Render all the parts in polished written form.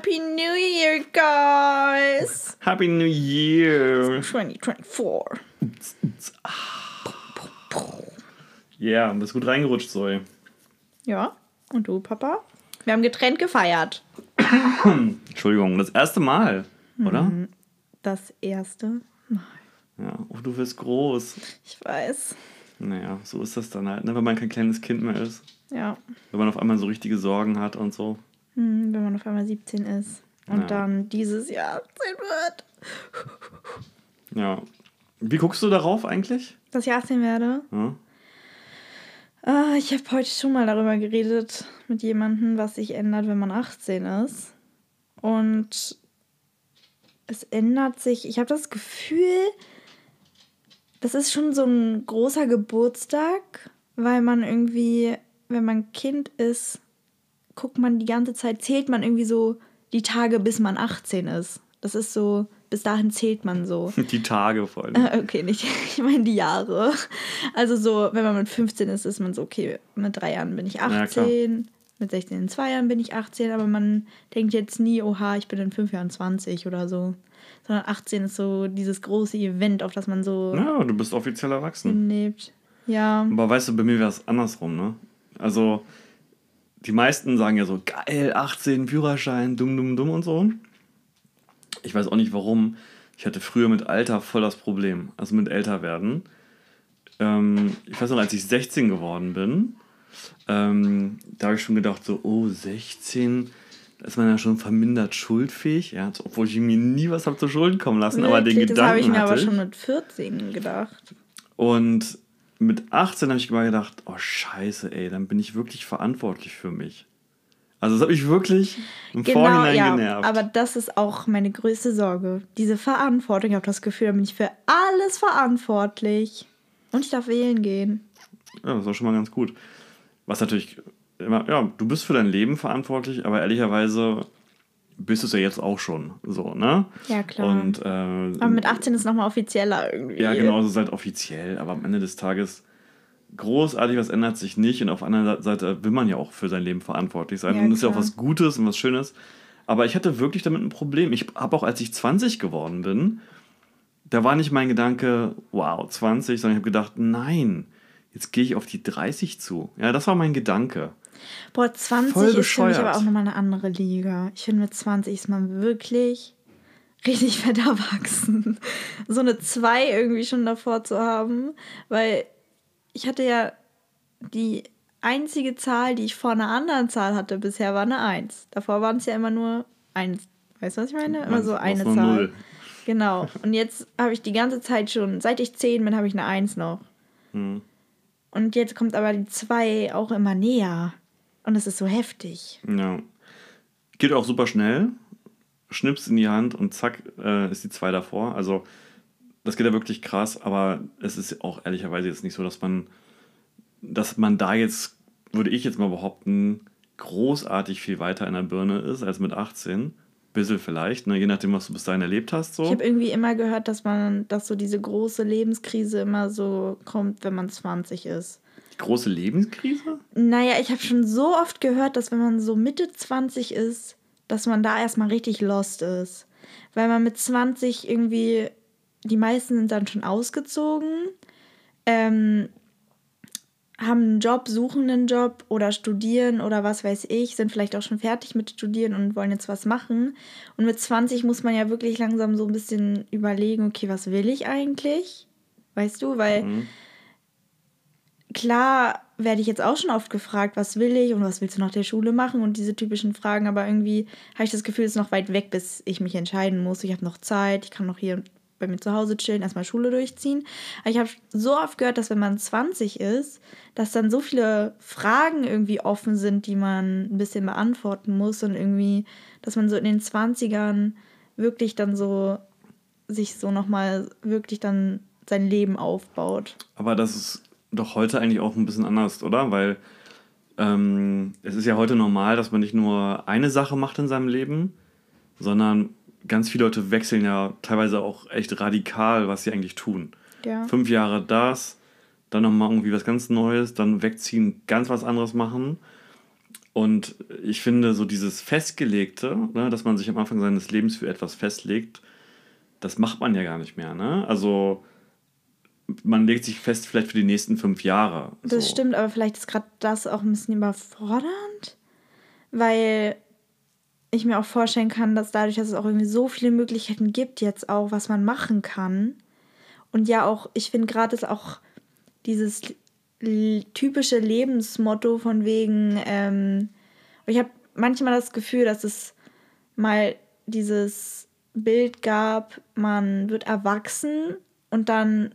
Happy New Year, guys! Happy New Year! 2024. Ja, yeah, bist gut reingerutscht, Zoe. Ja, und du, Papa? Wir haben getrennt gefeiert. Entschuldigung, das erste Mal, oder? Das erste Mal. Ja, oh, du wirst groß. Ich weiß. Naja, so ist das dann halt, ne? Wenn man kein kleines Kind mehr ist. Ja. Wenn man auf einmal so richtige Sorgen hat und so. Wenn man auf einmal 17 ist und dann dieses Jahr 18 wird. Ja. Wie guckst du darauf eigentlich? Dass ich 18 werde? Ja. Ich habe heute schon mal darüber geredet mit jemandem, was sich ändert, wenn man 18 ist. Und es ändert sich, ich habe das Gefühl, das ist schon so ein großer Geburtstag, weil man irgendwie, wenn man Kind ist, guckt man die ganze Zeit, zählt man irgendwie so die Tage, bis man 18 ist. Das ist so, bis dahin zählt man so. Die Tage vor allem. Okay, nicht, ich meine die Jahre. Also so, wenn man mit 15 ist, ist man so, okay, mit 3 Jahren bin ich 18, ja, mit 16 in 2 Jahren bin ich 18, aber man denkt jetzt nie, oha, ich bin in 5 Jahren 20 oder so. Sondern 18 ist so dieses große Event, auf das man so... Ja, du bist offiziell erwachsen. ...lebt. Ja. Aber weißt du, bei mir wäre es andersrum, ne? Also, die meisten sagen ja so, geil, 18, Führerschein, dumm und so. Ich weiß auch nicht warum. Ich hatte früher mit Alter voll das Problem. Also mit Älterwerden. Ich weiß noch, als ich 16 geworden bin, da habe ich schon gedacht so, oh, 16, da ist man ja schon vermindert schuldfähig. Ja, obwohl ich mir nie was habe zu Schulden kommen lassen. Wirklich? Aber den Gedanken das habe ich mir hatte aber schon mit 14 gedacht. Und mit 18 habe ich immer gedacht, oh scheiße, ey, dann bin ich wirklich verantwortlich für mich. Also das hat mich wirklich im Vorhinein genervt. Aber das ist auch meine größte Sorge. Diese Verantwortung. Ich habe das Gefühl, da bin ich für alles verantwortlich. Und ich darf wählen gehen. Ja, das war schon mal ganz gut. Was natürlich immer, ja, du bist für dein Leben verantwortlich, aber ehrlicherweise bist du es ja jetzt auch schon so, ne? Ja, klar. Und, aber mit 18 ist es nochmal offizieller irgendwie. Ja, genau, es ist halt offiziell, aber am Ende des Tages großartig, was ändert sich nicht und auf der anderen Seite will man ja auch für sein Leben verantwortlich sein. Ja, und das ist ja auch was Gutes und was Schönes. Aber ich hatte wirklich damit ein Problem. Ich habe auch, als ich 20 geworden bin, da war nicht mein Gedanke, wow, 20, sondern ich habe gedacht, nein, jetzt gehe ich auf die 30 zu. Ja, das war mein Gedanke. Boah, 20 ist für mich aber auch nochmal eine andere Liga. Ich finde, mit 20 ist man wirklich richtig fett erwachsen. So eine 2 irgendwie schon davor zu haben, weil ich hatte ja die einzige Zahl, die ich vor einer anderen Zahl hatte bisher, war eine 1. Davor waren es ja immer nur 1. Weißt du, was ich meine? Immer so eine Zahl. 0. Genau. Und jetzt habe ich die ganze Zeit schon, seit ich 10 bin, habe ich eine 1 noch. Und jetzt kommt aber die 2 auch immer näher. Und das ist so heftig. Ja. Geht auch super schnell. Schnippst in die Hand und zack, ist die 2 davor. Also das geht ja wirklich krass, aber es ist auch ehrlicherweise jetzt nicht so, dass man da jetzt, würde ich jetzt mal behaupten, großartig viel weiter in der Birne ist als mit 18. Bisschen vielleicht, ne? Je nachdem, was du bis dahin erlebt hast. So. Ich habe irgendwie immer gehört, dass so diese große Lebenskrise immer so kommt, wenn man 20 ist. Große Lebenskrise? Naja, ich habe schon so oft gehört, dass wenn man so Mitte 20 ist, dass man da erstmal richtig lost ist. Weil man mit 20 irgendwie... Die meisten sind dann schon ausgezogen, haben einen Job, suchen einen Job oder studieren oder was weiß ich, sind vielleicht auch schon fertig mit Studieren und wollen jetzt was machen. Und mit 20 muss man ja wirklich langsam so ein bisschen überlegen, okay, was will ich eigentlich? Weißt du, weil klar werde ich jetzt auch schon oft gefragt, was will ich und was willst du nach der Schule machen und diese typischen Fragen, aber irgendwie habe ich das Gefühl, es ist noch weit weg, bis ich mich entscheiden muss. Ich habe noch Zeit, ich kann noch hier bei mir zu Hause chillen, erstmal Schule durchziehen. Aber ich habe so oft gehört, dass wenn man 20 ist, dass dann so viele Fragen irgendwie offen sind, die man ein bisschen beantworten muss und irgendwie, dass man so in den 20ern wirklich dann so sich so nochmal wirklich dann sein Leben aufbaut. Aber das ist doch heute eigentlich auch ein bisschen anders, oder? Weil es ist ja heute normal, dass man nicht nur eine Sache macht in seinem Leben, sondern ganz viele Leute wechseln ja teilweise auch echt radikal, was sie eigentlich tun. Ja. 5 Jahre das, dann nochmal irgendwie was ganz Neues, dann wegziehen, ganz was anderes machen. Und ich finde, so dieses Festgelegte, ne, dass man sich am Anfang seines Lebens für etwas festlegt, das macht man ja gar nicht mehr. Ne? Also man legt sich fest vielleicht für die nächsten 5 Jahre. Das so. stimmt, aber vielleicht ist gerade das auch ein bisschen überfordernd, weil ich mir auch vorstellen kann, dass dadurch, dass es auch irgendwie so viele Möglichkeiten gibt jetzt auch, was man machen kann. Und ja auch, ich finde gerade ist auch dieses typische Lebensmotto von wegen, ich habe manchmal das Gefühl, dass es mal dieses Bild gab, man wird erwachsen und dann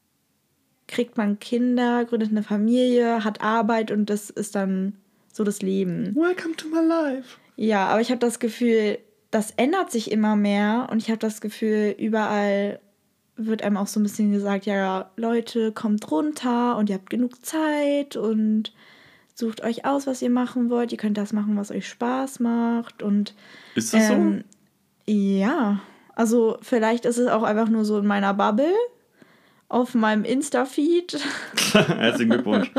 kriegt man Kinder, gründet eine Familie, hat Arbeit und das ist dann so das Leben. Welcome to my life. Ja, aber ich habe das Gefühl, das ändert sich immer mehr und ich habe das Gefühl, überall wird einem auch so ein bisschen gesagt, ja, Leute, kommt runter und ihr habt genug Zeit und sucht euch aus, was ihr machen wollt. Ihr könnt das machen, was euch Spaß macht. Und ist das so? Ja, also vielleicht ist es auch einfach nur so in meiner Bubble, auf meinem Insta-Feed. Herzlichen Glückwunsch.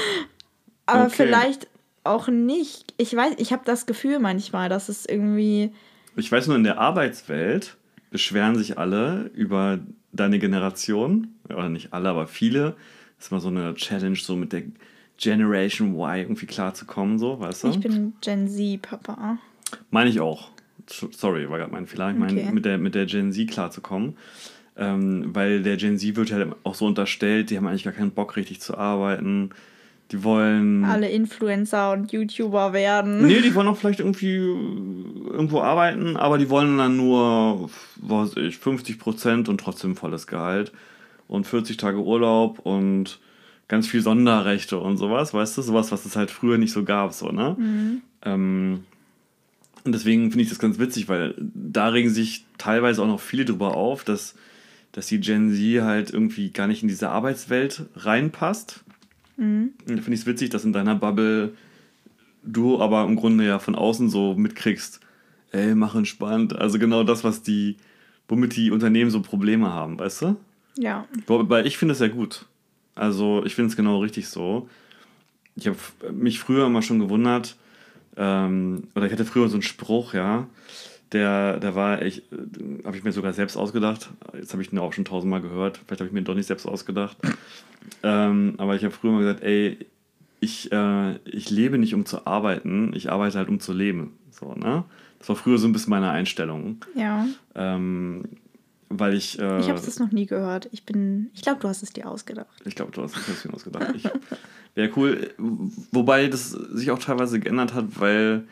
Aber vielleicht auch nicht. Ich weiß, ich habe das Gefühl manchmal, dass es irgendwie... Ich weiß nur, in der Arbeitswelt beschweren sich alle über deine Generation. Oder nicht alle, aber viele. Das ist mal so eine Challenge, so mit der Generation Y irgendwie klarzukommen, so, weißt du? Ich bin Gen Z, Papa. Meine ich auch. Sorry, war gerade mein Fehler. Ich meine, mit der Gen Z klarzukommen. Weil der Gen Z wird ja auch so unterstellt, die haben eigentlich gar keinen Bock, richtig zu arbeiten. Die wollen... Alle Influencer und YouTuber werden. Nee, die wollen auch vielleicht irgendwie irgendwo arbeiten, aber die wollen dann nur, was weiß ich, 50% und trotzdem volles Gehalt und 40 Tage Urlaub und ganz viel Sonderrechte und sowas, weißt du? Sowas, was es halt früher nicht so gab, so, ne? Und deswegen finde ich das ganz witzig, weil da regen sich teilweise auch noch viele drüber auf, dass die Gen Z halt irgendwie gar nicht in diese Arbeitswelt reinpasst. Und da finde ich es witzig, dass in deiner Bubble du aber im Grunde ja von außen so mitkriegst, ey, mach entspannt. Also genau das, womit die Unternehmen so Probleme haben, weißt du? Ja. Wobei ich finde es ja gut. Also ich finde es genau richtig so. Ich habe mich früher immer schon gewundert, oder ich hatte früher so einen Spruch, ja, der war echt, habe ich mir sogar selbst ausgedacht. Jetzt habe ich ihn auch schon 1000-mal gehört. Vielleicht habe ich mir ihn doch nicht selbst ausgedacht. Aber ich habe früher mal gesagt, ey, ich lebe nicht, um zu arbeiten. Ich arbeite halt, um zu leben. So, ne? Das war früher so ein bisschen meine Einstellung. Ja. Weil ich... ich habe es noch nie gehört. Ich glaube, du hast es dir ausgedacht. Ich glaube, du hast es dir ausgedacht. Wäre cool. Wobei das sich auch teilweise geändert hat, weil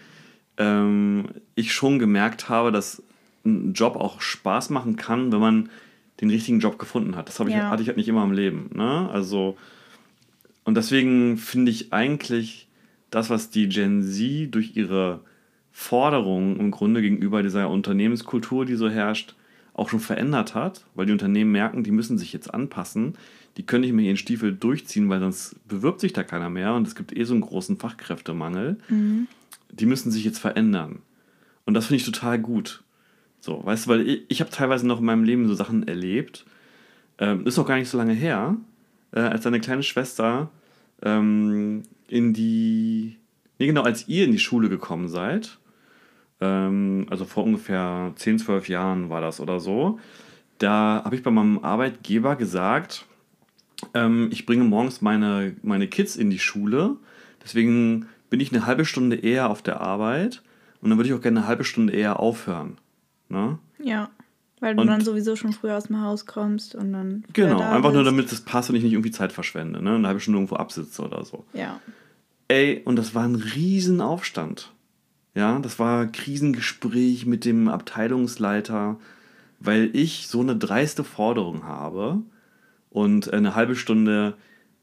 ich schon gemerkt habe, dass ein Job auch Spaß machen kann, wenn man den richtigen Job gefunden hat. Das hatte ich halt nicht immer im Leben. Ne? Also, und deswegen finde ich eigentlich das, was die Gen Z durch ihre Forderungen im Grunde gegenüber dieser Unternehmenskultur, die so herrscht, auch schon verändert hat, weil die Unternehmen merken, die müssen sich jetzt anpassen. Die können nicht mehr ihren Stiefel durchziehen, weil sonst bewirbt sich da keiner mehr und es gibt so einen großen Fachkräftemangel. Die müssen sich jetzt verändern. Und das finde ich total gut. So, weißt du, weil ich habe teilweise noch in meinem Leben so Sachen erlebt. Ist auch gar nicht so lange her, als deine kleine Schwester als ihr in die Schule gekommen seid. Also vor ungefähr 10, 12 Jahren war das oder so. Da habe ich bei meinem Arbeitgeber gesagt, ich bringe morgens meine Kids in die Schule. Deswegen bin ich eine halbe Stunde eher auf der Arbeit und dann würde ich auch gerne eine halbe Stunde eher aufhören. Ne? Ja, weil du dann sowieso schon früher aus dem Haus kommst und dann... Genau, einfach nur damit es passt und ich nicht irgendwie Zeit verschwende. Ne? Eine halbe Stunde irgendwo absitze oder so. Ja. Ey, und das war ein Riesenaufstand. Ja, das war ein Krisengespräch mit dem Abteilungsleiter, weil ich so eine dreiste Forderung habe und eine halbe Stunde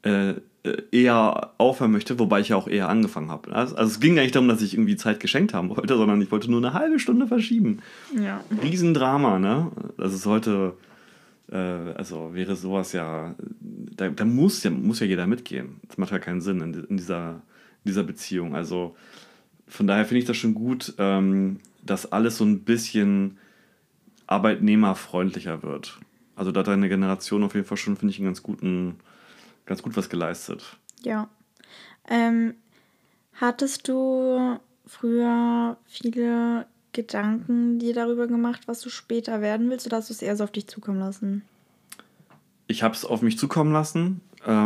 eher aufhören möchte, wobei ich ja auch eher angefangen habe. Also es ging gar nicht darum, dass ich irgendwie Zeit geschenkt haben wollte, sondern ich wollte nur eine halbe Stunde verschieben. Ja. Riesendrama, ne? Das ist heute, also wäre sowas ja, da muss ja jeder mitgehen. Das macht ja keinen Sinn in dieser Beziehung. Also von daher finde ich das schon gut, dass alles so ein bisschen arbeitnehmerfreundlicher wird. Also da hat deine Generation auf jeden Fall schon, finde ich, ganz gut was geleistet. Ja. Hattest du früher viele Gedanken dir darüber gemacht, was du später werden willst, oder hast du es eher so auf dich zukommen lassen? Ich habe es auf mich zukommen lassen.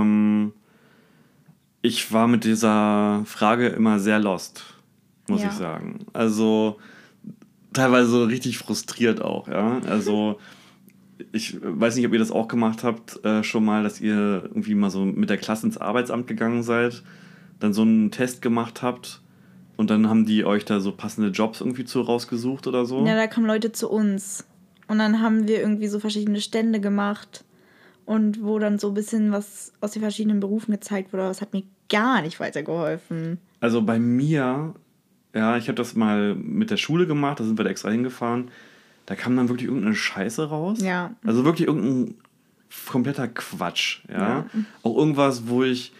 Ich war mit dieser Frage immer sehr lost, muss ich sagen. Also teilweise so richtig frustriert auch, ja. Also ich weiß nicht, ob ihr das auch gemacht habt, schon mal, dass ihr irgendwie mal so mit der Klasse ins Arbeitsamt gegangen seid, dann so einen Test gemacht habt und dann haben die euch da so passende Jobs irgendwie rausgesucht oder so. Ja, da kamen Leute zu uns und dann haben wir irgendwie so verschiedene Stände gemacht und wo dann so ein bisschen was aus den verschiedenen Berufen gezeigt wurde. Das hat mir gar nicht weitergeholfen. Also bei mir, ja, ich habe das mal mit der Schule gemacht, da sind wir da extra hingefahren. Da kam dann wirklich irgendeine Scheiße raus. Ja. Also wirklich irgendein kompletter Quatsch. Ja? Auch irgendwas, wo ich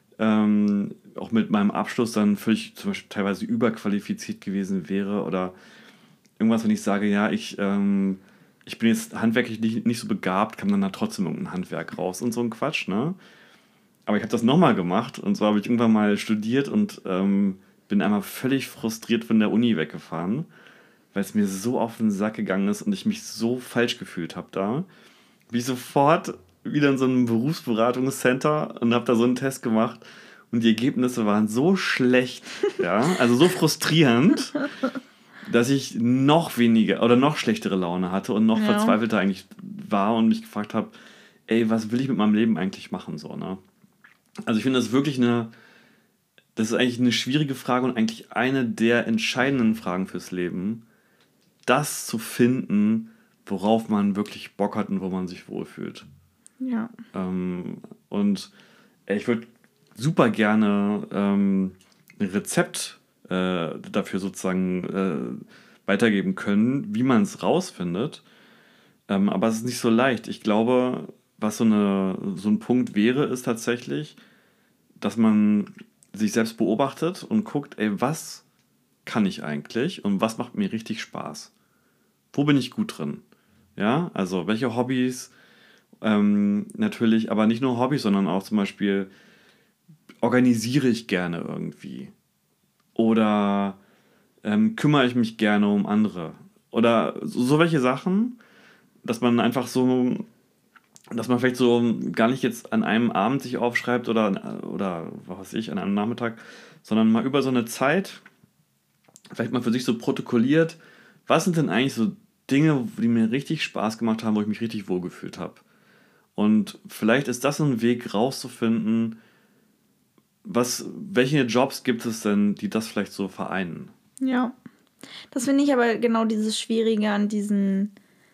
auch mit meinem Abschluss dann völlig zum Beispiel teilweise überqualifiziert gewesen wäre. Oder irgendwas, wenn ich sage, ja, ich bin jetzt handwerklich nicht so begabt, kam dann da trotzdem irgendein Handwerk raus und so ein Quatsch. Ne? Aber ich habe das nochmal gemacht. Und zwar habe ich irgendwann mal studiert und bin einmal völlig frustriert von der Uni weggefahren, weil es mir so auf den Sack gegangen ist und ich mich so falsch gefühlt habe da. Bin ich sofort wieder in so einem Berufsberatungscenter und habe da so einen Test gemacht und die Ergebnisse waren so schlecht, ja, also so frustrierend, dass ich noch weniger oder noch schlechtere Laune hatte und noch verzweifelter eigentlich war und mich gefragt habe, ey, was will ich mit meinem Leben eigentlich machen, so, ne? Also ich finde das wirklich das ist eigentlich eine schwierige Frage und eigentlich eine der entscheidenden Fragen fürs Leben, das zu finden, worauf man wirklich Bock hat und wo man sich wohlfühlt. Ja. Und ich würde super gerne ein Rezept dafür sozusagen weitergeben können, wie man es rausfindet. Aber es ist nicht so leicht. Ich glaube, was so ein Punkt wäre, ist tatsächlich, dass man sich selbst beobachtet und guckt, ey, was kann ich eigentlich und was macht mir richtig Spaß? Wo bin ich gut drin? Ja, also welche Hobbys, natürlich, aber nicht nur Hobbys, sondern auch zum Beispiel organisiere ich gerne irgendwie oder kümmere ich mich gerne um andere oder so welche Sachen, dass man einfach so, dass man vielleicht so gar nicht jetzt an einem Abend sich aufschreibt oder was weiß ich, an einem Nachmittag, sondern mal über so eine Zeit vielleicht mal für sich so protokolliert, was sind denn eigentlich so Dinge, die mir richtig Spaß gemacht haben, wo ich mich richtig wohlgefühlt habe. Und vielleicht ist das ein Weg rauszufinden, welche Jobs gibt es denn, die das vielleicht so vereinen. Ja, das finde ich aber genau dieses Schwierige an diesen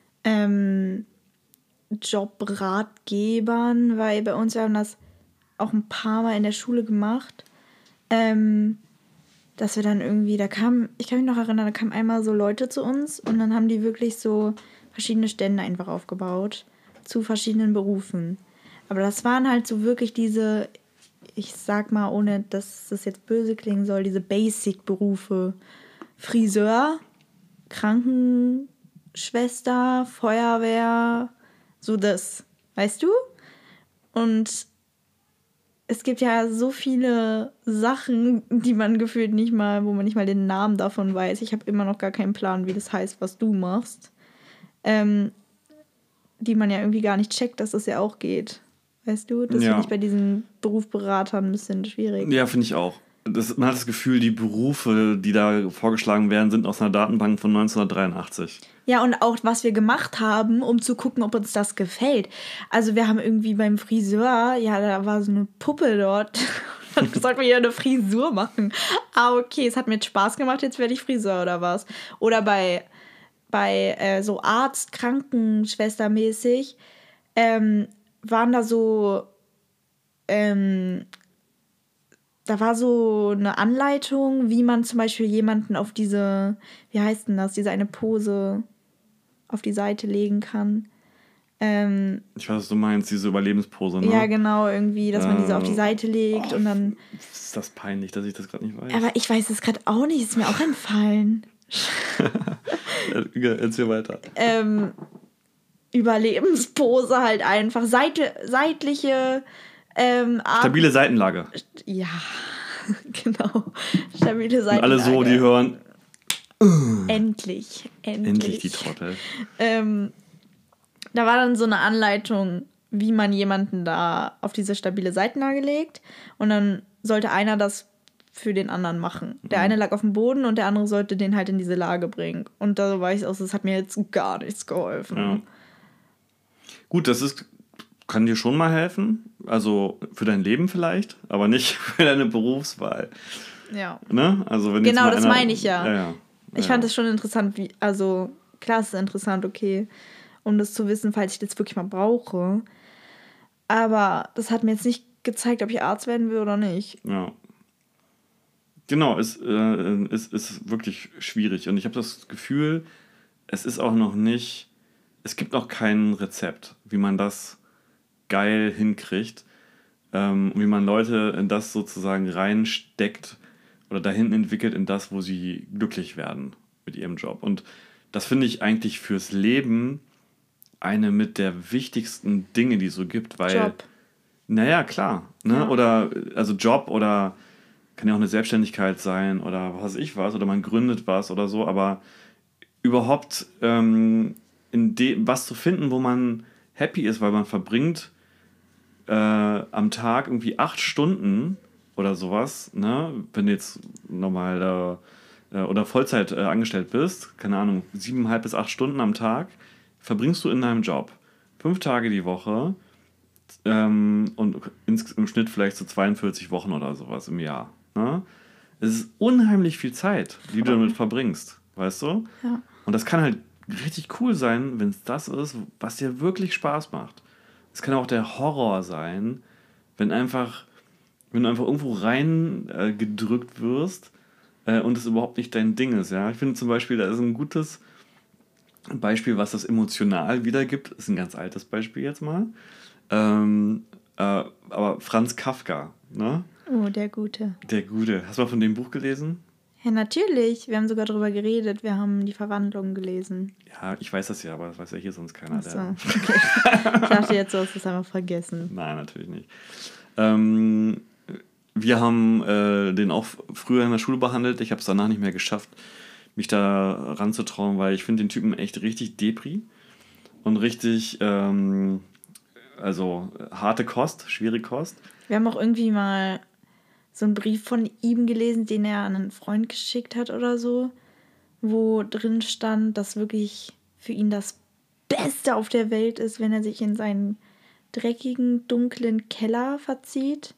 Jobratgebern, weil bei uns, wir haben das auch ein paar Mal in der Schule gemacht, dass wir dann irgendwie, ich kann mich noch erinnern, da kamen einmal so Leute zu uns und dann haben die wirklich so verschiedene Stände einfach aufgebaut zu verschiedenen Berufen. Aber das waren halt so wirklich diese, ich sag mal, ohne dass das jetzt böse klingen soll, diese Basic-Berufe. Friseur, Krankenschwester, Feuerwehr, so das, weißt du? Und es gibt ja so viele Sachen, die man gefühlt nicht mal, wo man nicht mal den Namen davon weiß. Ich habe immer noch gar keinen Plan, wie das heißt, was du machst. Die man ja irgendwie gar nicht checkt, dass das ja auch geht. Weißt du? Das finde ich bei diesen Berufsberatern ein bisschen schwierig. Ja, finde ich auch. Man hat das Gefühl, die Berufe, die da vorgeschlagen werden, sind aus einer Datenbank von 1983. Ja, und auch, was wir gemacht haben, um zu gucken, ob uns das gefällt. Also wir haben irgendwie beim Friseur, ja, da war so eine Puppe dort. Dann sollten wir ja eine Frisur machen. Ah, okay, es hat mir Spaß gemacht, jetzt werde ich Friseur oder was. Oder bei so Arzt, Krankenschwester mäßig, waren da so, da war so eine Anleitung, wie man zum Beispiel jemanden auf diese, wie heißt denn das, diese eine Pose auf die Seite legen kann. Ich weiß, was du meinst, diese Überlebenspose, ne? Ja, genau, irgendwie, dass man diese auf die Seite legt und dann... Ist das peinlich, dass ich das gerade nicht weiß? Aber ich weiß es gerade auch nicht, ist mir auch entfallen. Erzähl weiter. Überlebenspose halt einfach. Seitliche... Stabile Seitenlage. Ja, Genau. Stabile Seitenlage. Und alle so, die hören. Endlich. Endlich die Trottel. Da war dann so eine Anleitung, wie man jemanden da auf diese stabile Seitenlage legt. Und dann sollte einer das für den anderen machen. Der eine lag auf dem Boden und der andere sollte den halt in diese Lage bringen. Und da war ich auch so, das hat mir jetzt gar nichts geholfen. Ja. Gut, kann dir schon mal helfen. Also für dein Leben vielleicht, aber nicht für deine Berufswahl. Ja. Ne? Also wenn genau, jetzt das meine ich ja. Ja. Ich fand das schon interessant, also klar, es ist interessant, okay, um das zu wissen, falls ich das wirklich mal brauche. Aber das hat mir jetzt nicht gezeigt, ob ich Arzt werden will oder nicht. Ja. Genau, es ist wirklich schwierig. Und ich habe das Gefühl, es gibt noch kein Rezept, wie man das geil hinkriegt. Wie man Leute in das sozusagen reinsteckt oder dahin entwickelt in das, wo sie glücklich werden mit ihrem Job. Und das finde ich eigentlich fürs Leben eine mit der wichtigsten Dinge, die es so gibt. Weil, Job. Naja, klar. Ne? Ja. Oder, also Job oder kann ja auch eine Selbstständigkeit sein oder was weiß ich was. Oder man gründet was oder so. Aber überhaupt was zu finden, wo man happy ist, weil man verbringt am Tag irgendwie 8 Stunden oder sowas, ne? Wenn du jetzt normal oder Vollzeit angestellt bist, keine Ahnung, 7,5 bis 8 Stunden am Tag verbringst du in deinem Job. 5 Tage die Woche und im Schnitt vielleicht so 42 Wochen oder sowas im Jahr. Ne? Es ist unheimlich viel Zeit, die du damit verbringst, weißt du? Ja. Und das kann halt richtig cool sein, wenn es das ist, was dir wirklich Spaß macht. Es kann auch der Horror sein, wenn du einfach irgendwo rein gedrückt wirst und es überhaupt nicht dein Ding ist. Ja? Ich finde zum Beispiel, da ist ein gutes Beispiel, was das emotional wiedergibt. Ist ein ganz altes Beispiel jetzt mal. Aber Franz Kafka. Ne? Oh, der Gute. Der Gute. Hast du mal von dem Buch gelesen? Ja, natürlich. Wir haben sogar darüber geredet. Wir haben die Verwandlung gelesen. Ja, ich weiß das ja, aber das weiß ja hier sonst keiner. Ach so, okay. Ich dachte jetzt, du hast es einfach vergessen. Nein, natürlich nicht. Wir haben den auch früher in der Schule behandelt. Ich habe es danach nicht mehr geschafft, mich da ranzutrauen, weil ich finde den Typen echt richtig Depri und richtig, also harte Kost, schwierige Kost. Wir haben auch irgendwie mal so einen Brief von ihm gelesen, den er an einen Freund geschickt hat oder so, wo drin stand, dass wirklich für ihn das Beste auf der Welt ist, wenn er sich in seinen dreckigen, dunklen Keller verzieht,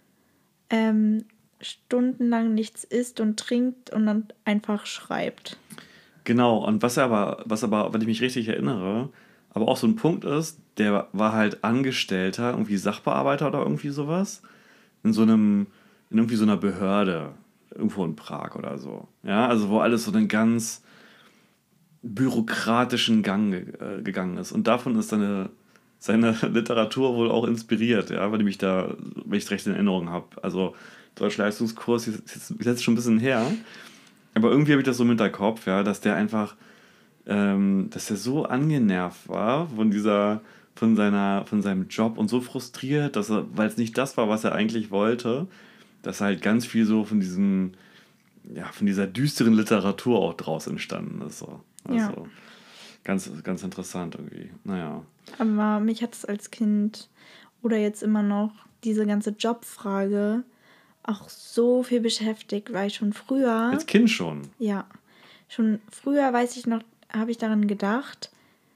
stundenlang nichts isst und trinkt und dann einfach schreibt. Genau, und was aber, wenn ich mich richtig erinnere, aber auch so ein Punkt ist, der war halt Angestellter, irgendwie Sachbearbeiter oder irgendwie sowas, in irgendwie so einer Behörde, irgendwo in Prag oder so. Ja, also wo alles so einen ganz bürokratischen Gang gegangen ist. Und davon ist seine Literatur wohl auch inspiriert, ja, wenn ich es recht in Erinnerung habe. Also Deutschleistungskurs ist jetzt schon ein bisschen her, aber irgendwie habe ich das so im Hinterkopf, ja, dass der einfach, dass er so angenervt war von seinem Job und so frustriert, weil es nicht das war, was er eigentlich wollte, dass halt ganz viel so von dieser düsteren Literatur auch draus entstanden ist. So. Also ja. Ganz, ganz interessant irgendwie. Naja. Aber mich hat es als Kind oder jetzt immer noch diese ganze Jobfrage auch so viel beschäftigt, weil ich schon früher... Als Kind schon? Ja. Schon früher, weiß ich noch, habe ich daran gedacht,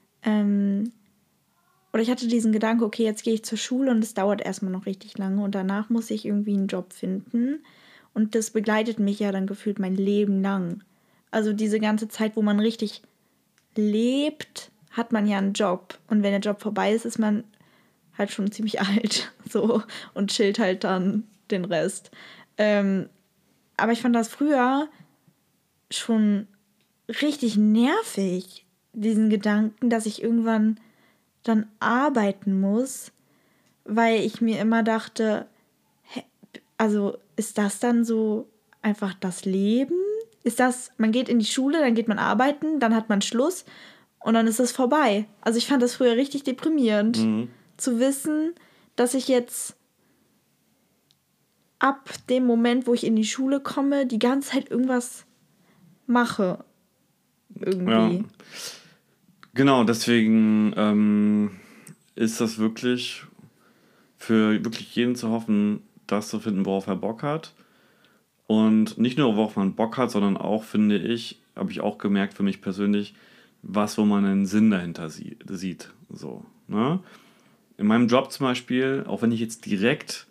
oder ich hatte diesen Gedanke, okay, jetzt gehe ich zur Schule und es dauert erstmal noch richtig lange und danach muss ich irgendwie einen Job finden und das begleitet mich ja dann gefühlt mein Leben lang. Also diese ganze Zeit, wo man richtig lebt, hat man ja einen Job und wenn der Job vorbei ist, ist man halt schon ziemlich alt so und chillt halt dann den Rest. Aber ich fand das früher schon richtig nervig, diesen Gedanken, dass ich irgendwann dann arbeiten muss, weil ich mir immer dachte, also ist das dann so einfach das Leben? Ist das, man geht in die Schule, dann geht man arbeiten, dann hat man Schluss und dann ist es vorbei. Also ich fand das früher richtig deprimierend, zu wissen, dass ich jetzt ab dem Moment, wo ich in die Schule komme, die ganze Zeit irgendwas mache. Irgendwie. Ja. Genau, deswegen ist das wirklich für wirklich jeden zu hoffen, das zu finden, worauf er Bock hat. Und nicht nur, worauf man Bock hat, sondern auch, finde ich, habe ich auch gemerkt für mich persönlich, wo man einen Sinn dahinter sieht. So, ne? In meinem Job zum Beispiel, auch wenn ich jetzt direkt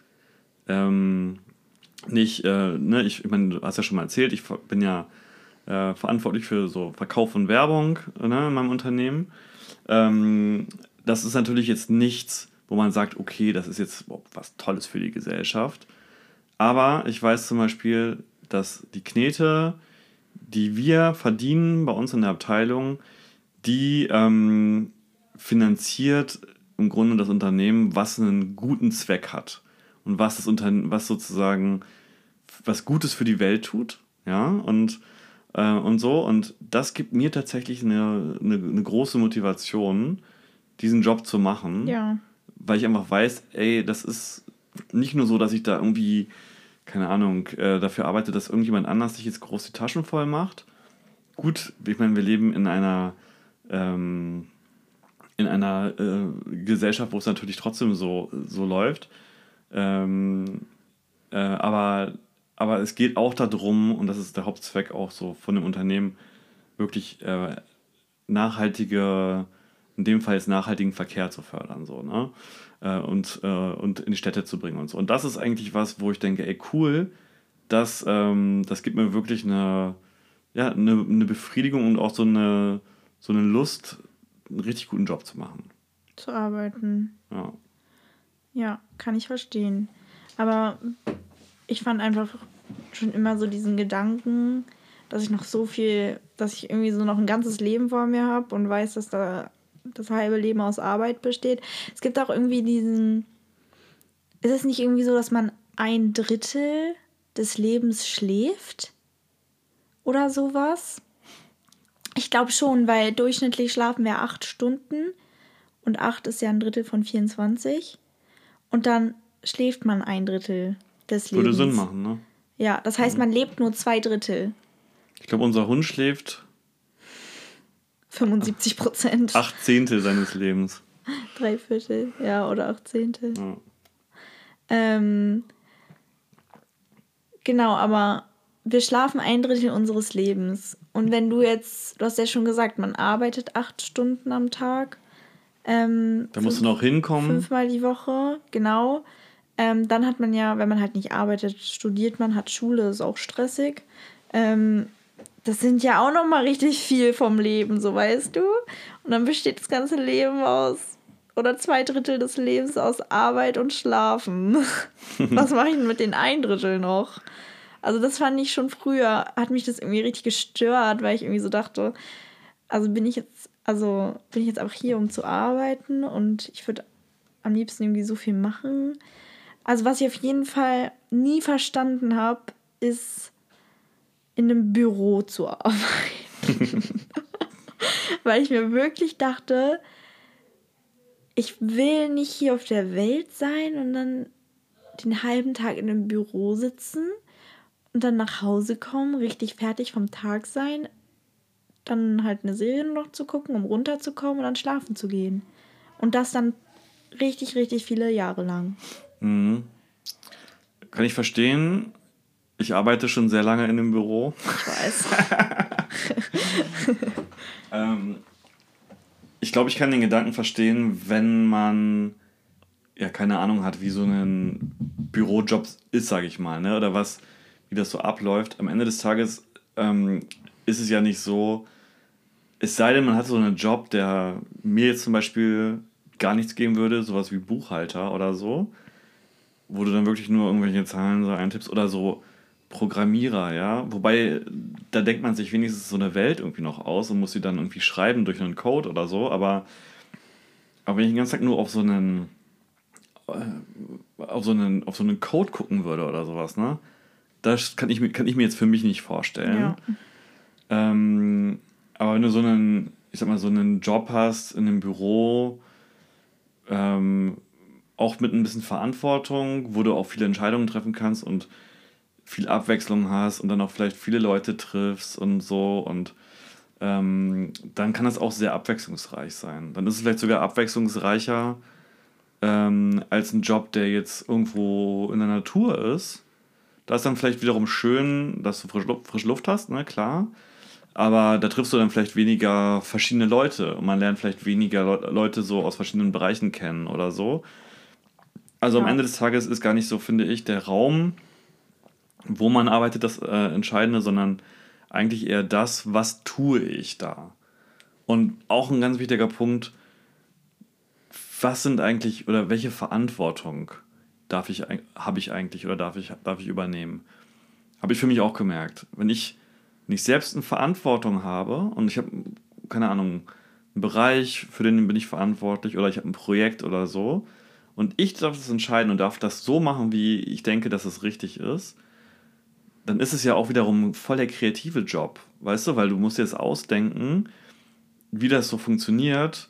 nicht, ne, ich meine, du hast ja schon mal erzählt, ich bin ja verantwortlich für so Verkauf und Werbung, ne, in meinem Unternehmen. Das ist natürlich jetzt nichts, wo man sagt, okay, das ist jetzt was Tolles für die Gesellschaft. Aber ich weiß zum Beispiel, dass die Knete, die wir verdienen bei uns in der Abteilung, die finanziert im Grunde das Unternehmen, was einen guten Zweck hat und was sozusagen was Gutes für die Welt tut, ja, und so. Und das gibt mir tatsächlich eine große Motivation, diesen Job zu machen, Ja. weil ich einfach weiß, ey, das ist nicht nur so, dass ich da irgendwie, keine Ahnung, dafür arbeite, dass irgendjemand anders sich jetzt groß die Taschen voll macht. Gut, ich meine, wir leben in einer Gesellschaft, wo es natürlich trotzdem so läuft. Aber es geht auch darum, und das ist der Hauptzweck auch so von dem Unternehmen, wirklich in dem Fall jetzt nachhaltigen Verkehr zu fördern, so, ne? Und in die Städte zu bringen und so. Und das ist eigentlich was, wo ich denke, ey, cool, das gibt mir wirklich eine Befriedigung und auch so eine Lust, einen richtig guten Job zu machen. Zu arbeiten. Ja. Ja, kann ich verstehen. Aber ich fand einfach schon immer so diesen Gedanken, dass ich irgendwie so noch ein ganzes Leben vor mir habe und weiß, dass da das halbe Leben aus Arbeit besteht. Es gibt auch irgendwie ist es nicht irgendwie so, dass man 1/3 des Lebens schläft? Oder sowas? Ich glaube schon, weil durchschnittlich schlafen wir 8 Stunden und 8 ist ja 1/3 von 24. Und dann schläft man 1/3 des Lebens. Würde Sinn machen, ne? Ja, das heißt, man lebt nur 2/3. Ich glaube, unser Hund schläft 75%. 8/10 seines Lebens. 3/4, ja, oder 8/10. Ja. Genau, aber wir schlafen 1/3 unseres Lebens. Und wenn du hast ja schon gesagt, man arbeitet 8 Stunden am Tag. Da musst du noch hinkommen. 5-mal die Woche, genau. Dann hat man ja, wenn man halt nicht arbeitet, studiert man, hat Schule, ist auch stressig. Das sind ja auch nochmal richtig viel vom Leben, so weißt du. Und dann besteht das ganze Leben oder 2/3 des Lebens aus Arbeit und Schlafen. Was mache ich denn mit den 1/3 noch? Also das fand ich schon früher, hat mich das irgendwie richtig gestört, weil ich irgendwie so dachte, also bin ich jetzt einfach hier, um zu arbeiten und ich würde am liebsten irgendwie so viel machen. Also was ich auf jeden Fall nie verstanden habe, ist in einem Büro zu arbeiten. Weil ich mir wirklich dachte, ich will nicht hier auf der Welt sein und dann den halben Tag in einem Büro sitzen und dann nach Hause kommen, richtig fertig vom Tag sein, dann halt eine Serie noch zu gucken, um runterzukommen und dann schlafen zu gehen. Und das dann richtig, richtig viele Jahre lang. Mhm. Kann ich verstehen. Ich arbeite schon sehr lange in einem Büro. Ich weiß. Ich glaube, ich kann den Gedanken verstehen, wenn man ja keine Ahnung hat, wie so ein Bürojob ist, sage ich mal, ne? Oder wie das so abläuft. Am Ende des Tages ist es ja nicht so, es sei denn, man hat so einen Job, der mir jetzt zum Beispiel gar nichts geben würde, sowas wie Buchhalter oder so, wo du dann wirklich nur irgendwelche Zahlen so eintippst oder so Programmierer, ja. Wobei, da denkt man sich wenigstens so eine Welt irgendwie noch aus und muss sie dann irgendwie schreiben durch einen Code oder so, aber wenn ich den ganzen Tag nur auf so einen Code gucken würde oder sowas, ne? Das kann ich mir jetzt für mich nicht vorstellen. Ja. Aber wenn du so einen Job hast in einem Büro, auch mit ein bisschen Verantwortung, wo du auch viele Entscheidungen treffen kannst und viel Abwechslung hast und dann auch vielleicht viele Leute triffst und so. Und dann kann das auch sehr abwechslungsreich sein. Dann ist es vielleicht sogar abwechslungsreicher als ein Job, der jetzt irgendwo in der Natur ist. Da ist dann vielleicht wiederum schön, dass du frische Luft hast, ne, klar. Aber da triffst du dann vielleicht weniger verschiedene Leute und man lernt vielleicht weniger Leute so aus verschiedenen Bereichen kennen oder so. Also am Ja. Ende des Tages ist gar nicht so, finde ich, der Raum, wo man arbeitet, das Entscheidende, sondern eigentlich eher das, was tue ich da. Und auch ein ganz wichtiger Punkt, was sind eigentlich oder welche Verantwortung habe ich eigentlich oder darf ich übernehmen? Habe ich für mich auch gemerkt. Wenn ich nicht selbst eine Verantwortung habe und ich habe, keine Ahnung, einen Bereich, für den bin ich verantwortlich oder ich habe ein Projekt oder so und ich darf das entscheiden und darf das so machen, wie ich denke, dass es richtig ist, dann ist es ja auch wiederum voll der kreative Job, weißt du, weil du musst dir jetzt ausdenken, wie das so funktioniert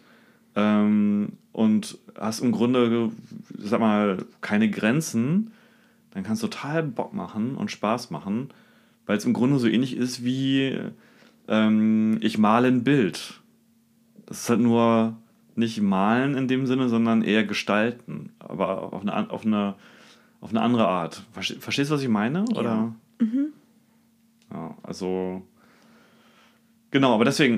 und hast im Grunde, sag mal, keine Grenzen, dann kannst du total Bock machen und Spaß machen, weil es im Grunde so ähnlich ist wie ich male ein Bild. Das ist halt nur nicht malen in dem Sinne, sondern eher gestalten, aber auf eine andere Art. Verstehst du, was ich meine? Ja. Oder? Ja, also genau, aber deswegen,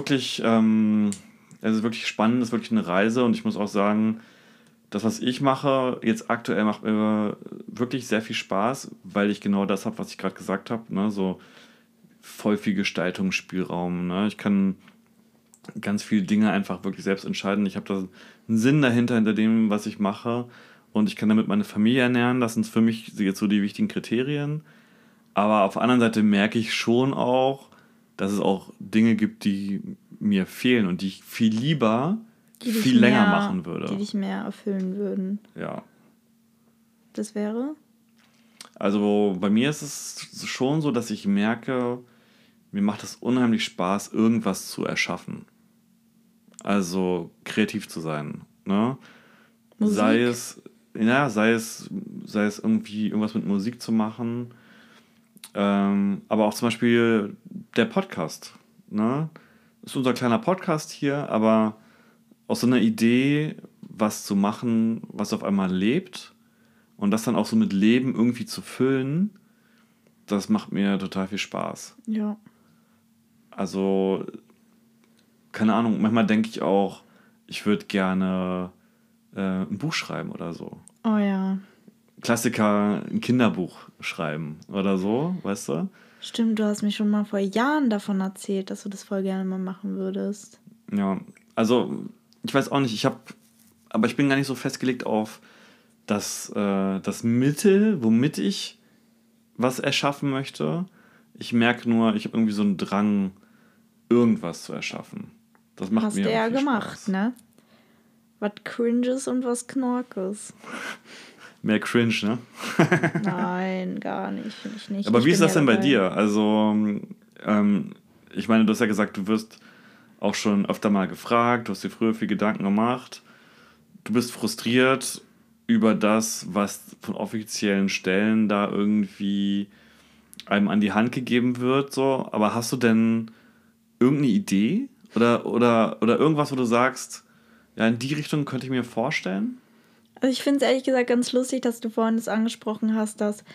es ist wirklich spannend, es ist wirklich eine Reise und ich muss auch sagen, das, was ich mache, jetzt aktuell macht mir wirklich sehr viel Spaß, weil ich genau das habe, was ich gerade gesagt habe, ne? So voll viel Gestaltungsspielraum. Ne? Ich kann ganz viele Dinge einfach wirklich selbst entscheiden. Ich habe da einen Sinn dahinter, hinter dem, was ich mache und ich kann damit meine Familie ernähren. Das sind für mich jetzt so die wichtigen Kriterien. Aber auf der anderen Seite merke ich schon auch, dass es auch Dinge gibt, die mir fehlen und die ich viel lieber viel länger machen würde. Die dich mehr erfüllen würden. Ja. Das wäre? Also bei mir ist es schon so, dass ich merke, mir macht es unheimlich Spaß, irgendwas zu erschaffen. Also kreativ zu sein. Ne? Musik? Sei es irgendwie irgendwas mit Musik zu machen. Aber auch zum Beispiel der Podcast. Ne? Das ist unser kleiner Podcast hier, aber aus so einer Idee, was zu machen, was auf einmal lebt und das dann auch so mit Leben irgendwie zu füllen, das macht mir total viel Spaß. Ja. Also, keine Ahnung, manchmal denke ich auch, ich würde gerne ein Buch schreiben oder so. Oh ja. Klassiker, ein Kinderbuch schreiben oder so, weißt du? Stimmt, du hast mir schon mal vor Jahren davon erzählt, dass du das voll gerne mal machen würdest. Ja, also ich weiß auch nicht, aber ich bin gar nicht so festgelegt auf das Mittel, womit ich was erschaffen möchte. Ich merke nur, ich habe irgendwie so einen Drang, irgendwas zu erschaffen. Das macht Hast mir du ja viel gemacht, Spaß. ne? Was Cringes und was Knorkes. Mehr cringe, ne? Nein, gar nicht. Finde ich nicht. Aber wie ist das denn bei dir? Also, ich meine, du hast ja gesagt, du wirst auch schon öfter mal gefragt, du hast dir früher viel Gedanken gemacht. Du bist frustriert über das, was von offiziellen Stellen da irgendwie einem an die Hand gegeben wird, so. Aber hast du denn irgendeine Idee? Oder irgendwas, wo du sagst, ja, in die Richtung könnte ich mir vorstellen? Also ich finde es ehrlich gesagt ganz lustig, dass du vorhin das angesprochen hast, dass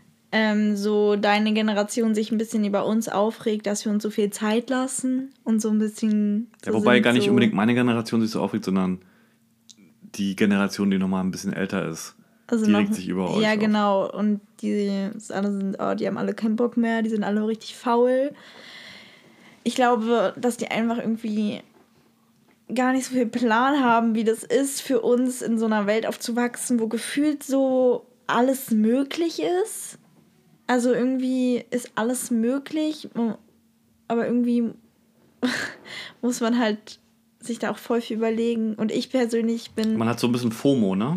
so deine Generation sich ein bisschen über uns aufregt, dass wir uns so viel Zeit lassen und so ein bisschen... So ja, wobei gar nicht unbedingt meine Generation sich so aufregt, sondern die Generation, die nochmal ein bisschen älter ist. Also die regt sich über euch ja, auf. genau. Und die haben alle keinen Bock mehr, die sind alle richtig faul. Ich glaube, dass die einfach irgendwie gar nicht so viel Plan haben, wie das ist, für uns in so einer Welt aufzuwachsen, wo gefühlt so alles möglich ist. Also irgendwie ist alles möglich, aber irgendwie muss man halt sich da auch voll viel überlegen. Und ich persönlich bin... Man hat so ein bisschen FOMO, ne?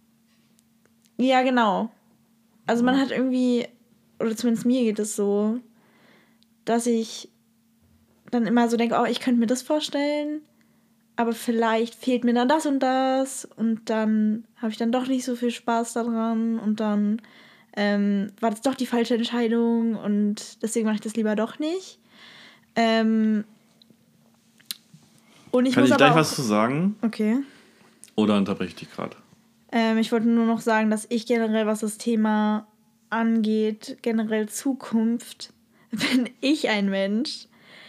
Ja, genau. Also man hat irgendwie, oder zumindest mir geht es so, dass ich dann immer so denke, oh, ich könnte mir das vorstellen, aber vielleicht fehlt mir dann das und dann habe ich dann doch nicht so viel Spaß daran und dann war das doch die falsche Entscheidung und deswegen mache ich das lieber doch nicht. Und ich Kann muss ich aber gleich auch, was zu sagen? Okay. Oder unterbreche ich dich gerade? Ich wollte nur noch sagen, dass ich generell, was das Thema angeht, generell Zukunft, bin ich ein Mensch.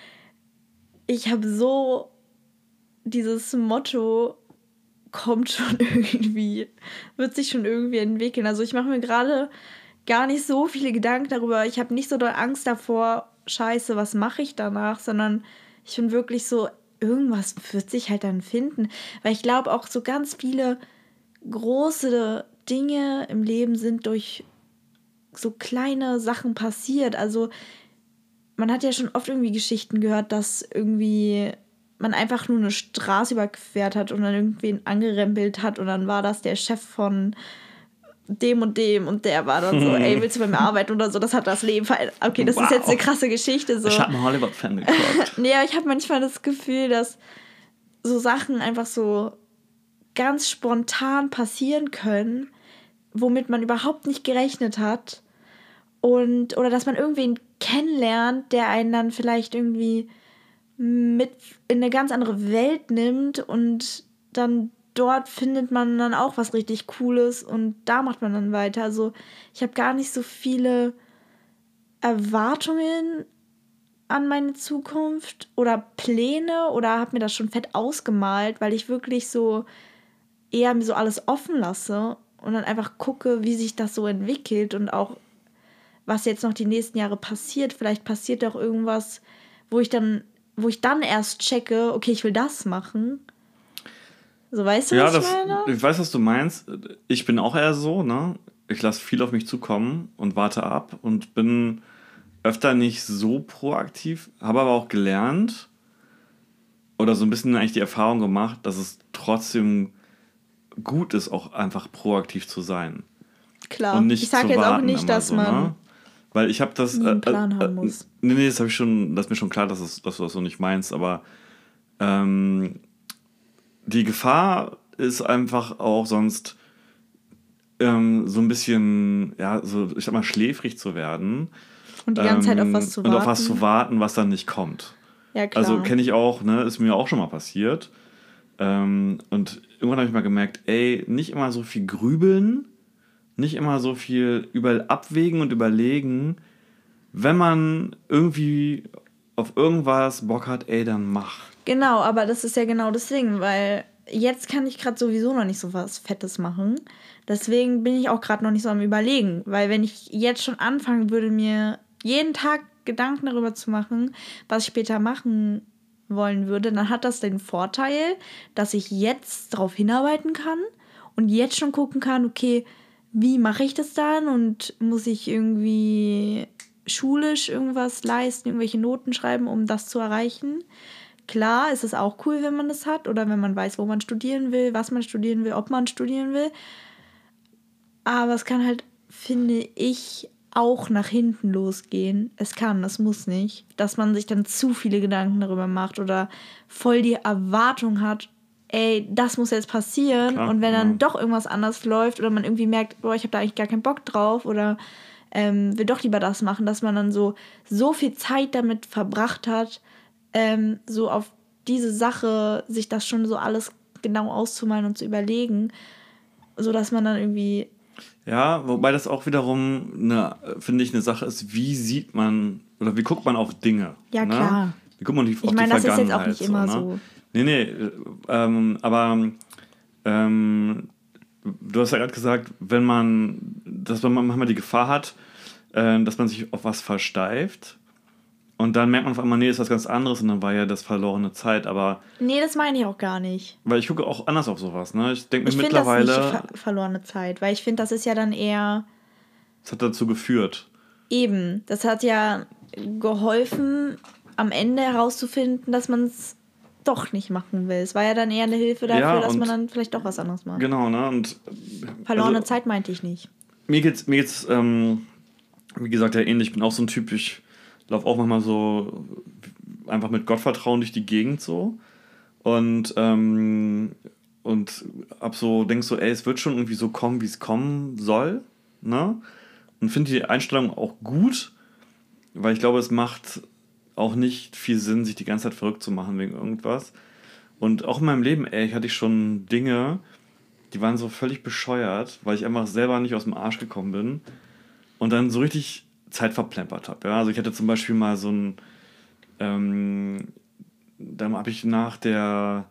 Ich habe so dieses Motto, kommt schon irgendwie, wird sich schon irgendwie entwickeln. Also ich mache mir gerade gar nicht so viele Gedanken darüber. Ich habe nicht so doll Angst davor, scheiße, was mache ich danach, sondern ich bin wirklich so, irgendwas wird sich halt dann finden. Weil ich glaube auch so ganz viele große Dinge im Leben sind durch so kleine Sachen passiert. Also man hat ja schon oft irgendwie Geschichten gehört, dass irgendwie man einfach nur eine Straße überquert hat und dann irgendwen angerempelt hat und dann war das der Chef von dem und der war dann so, ey, willst du bei mir arbeiten oder so, das hat das Leben verändert. Okay, das ist jetzt eine krasse Geschichte. So. Ich habe einen Hollywood-Fan geguckt. Nee, aber ich habe manchmal das Gefühl, dass so Sachen einfach so ganz spontan passieren können, womit man überhaupt nicht gerechnet hat oder dass man irgendwen kennenlernt, der einen dann vielleicht irgendwie mit in eine ganz andere Welt nimmt und dann dort findet man dann auch was richtig Cooles und da macht man dann weiter. Also ich habe gar nicht so viele Erwartungen an meine Zukunft oder Pläne oder habe mir das schon fett ausgemalt, weil ich wirklich so eher mir so alles offen lasse und dann einfach gucke, wie sich das so entwickelt und auch was jetzt noch die nächsten Jahre passiert. Vielleicht passiert auch irgendwas, wo ich dann erst checke, okay, ich will das machen. So, weißt du, was ich meine? Ich weiß, was du meinst. Ich bin auch eher so, ne? Ich lasse viel auf mich zukommen und warte ab und bin öfter nicht so proaktiv, habe aber auch gelernt oder so ein bisschen eigentlich die Erfahrung gemacht, dass es trotzdem gut ist, auch einfach proaktiv zu sein. Klar, und nicht ich sage jetzt auch nicht, dass so, man ne? Weil ich habe das einen Plan haben muss. Nee, das habe ich schon, das ist mir schon klar, dass du das so nicht meinst, aber die Gefahr ist einfach auch sonst so ein bisschen, ja, so, ich sag mal, schläfrig zu werden. Und die ganze Zeit auf was zu warten. Und auf was zu warten, was dann nicht kommt. Ja, klar. Also kenne ich auch, ne, ist mir auch schon mal passiert. Und irgendwann habe ich mal gemerkt, ey, nicht immer so viel grübeln, nicht immer so viel überall abwägen und überlegen. Wenn man irgendwie auf irgendwas Bock hat, ey, dann mach. Genau, aber das ist ja genau das Ding, weil jetzt kann ich gerade sowieso noch nicht so was Fettes machen. Deswegen bin ich auch gerade noch nicht so am Überlegen, weil wenn ich jetzt schon anfangen würde, mir jeden Tag Gedanken darüber zu machen, was ich später machen wollen würde, dann hat das den Vorteil, dass ich jetzt darauf hinarbeiten kann und jetzt schon gucken kann, okay, wie mache ich das dann und muss ich irgendwie schulisch irgendwas leisten, irgendwelche Noten schreiben, um das zu erreichen. Klar, ist es auch cool, wenn man das hat oder wenn man weiß, wo man studieren will, was man studieren will, ob man studieren will. Aber es kann halt, finde ich, auch nach hinten losgehen. Es muss nicht. Dass man sich dann zu viele Gedanken darüber macht oder voll die Erwartung hat, ey, das muss jetzt passieren. Klar, und wenn dann doch irgendwas anders läuft oder man irgendwie merkt, boah, ich habe da eigentlich gar keinen Bock drauf oder will doch lieber das machen, dass man dann so viel Zeit damit verbracht hat, so auf diese Sache, sich das schon so alles genau auszumalen und zu überlegen, sodass man dann irgendwie... Ja, wobei das auch wiederum, finde ich, eine Sache ist, wie sieht man oder wie guckt man auf Dinge. Ja, ne? Klar. Wie guckt man auf die Vergangenheit. Ich meine, das ist jetzt auch nicht immer so. Nee, aber du hast ja gerade gesagt, dass man manchmal die Gefahr hat, dass man sich auf was versteift und dann merkt man auf einmal, nee, ist was ganz anderes und dann war ja das verlorene Zeit, aber... Nee, das meine ich auch gar nicht. Weil ich gucke auch anders auf sowas, ne? Ich denke mir mittlerweile... Ich finde das nicht verlorene Zeit, weil ich finde, das ist ja dann eher... Das hat dazu geführt. Eben, das hat ja geholfen, am Ende herauszufinden, dass man es doch nicht machen will. Es war ja dann eher eine Hilfe dafür, dass man dann vielleicht doch was anderes macht. Genau, ne? Und verlorene Zeit meinte ich nicht. Mir geht's wie gesagt, ja ähnlich. Ich bin auch so ein Typ, ich laufe auch manchmal so einfach mit Gottvertrauen durch die Gegend so Und denkst so, ey, es wird schon irgendwie so kommen, wie es kommen soll, ne? Und finde die Einstellung auch gut, weil ich glaube, es macht auch nicht viel Sinn, sich die ganze Zeit verrückt zu machen wegen irgendwas. Und auch in meinem Leben, ey, hatte ich schon Dinge, die waren so völlig bescheuert, weil ich einfach selber nicht aus dem Arsch gekommen bin und dann so richtig Zeit verplempert habe. Ja? Also ich hatte zum Beispiel mal so ein, dann habe ich nach der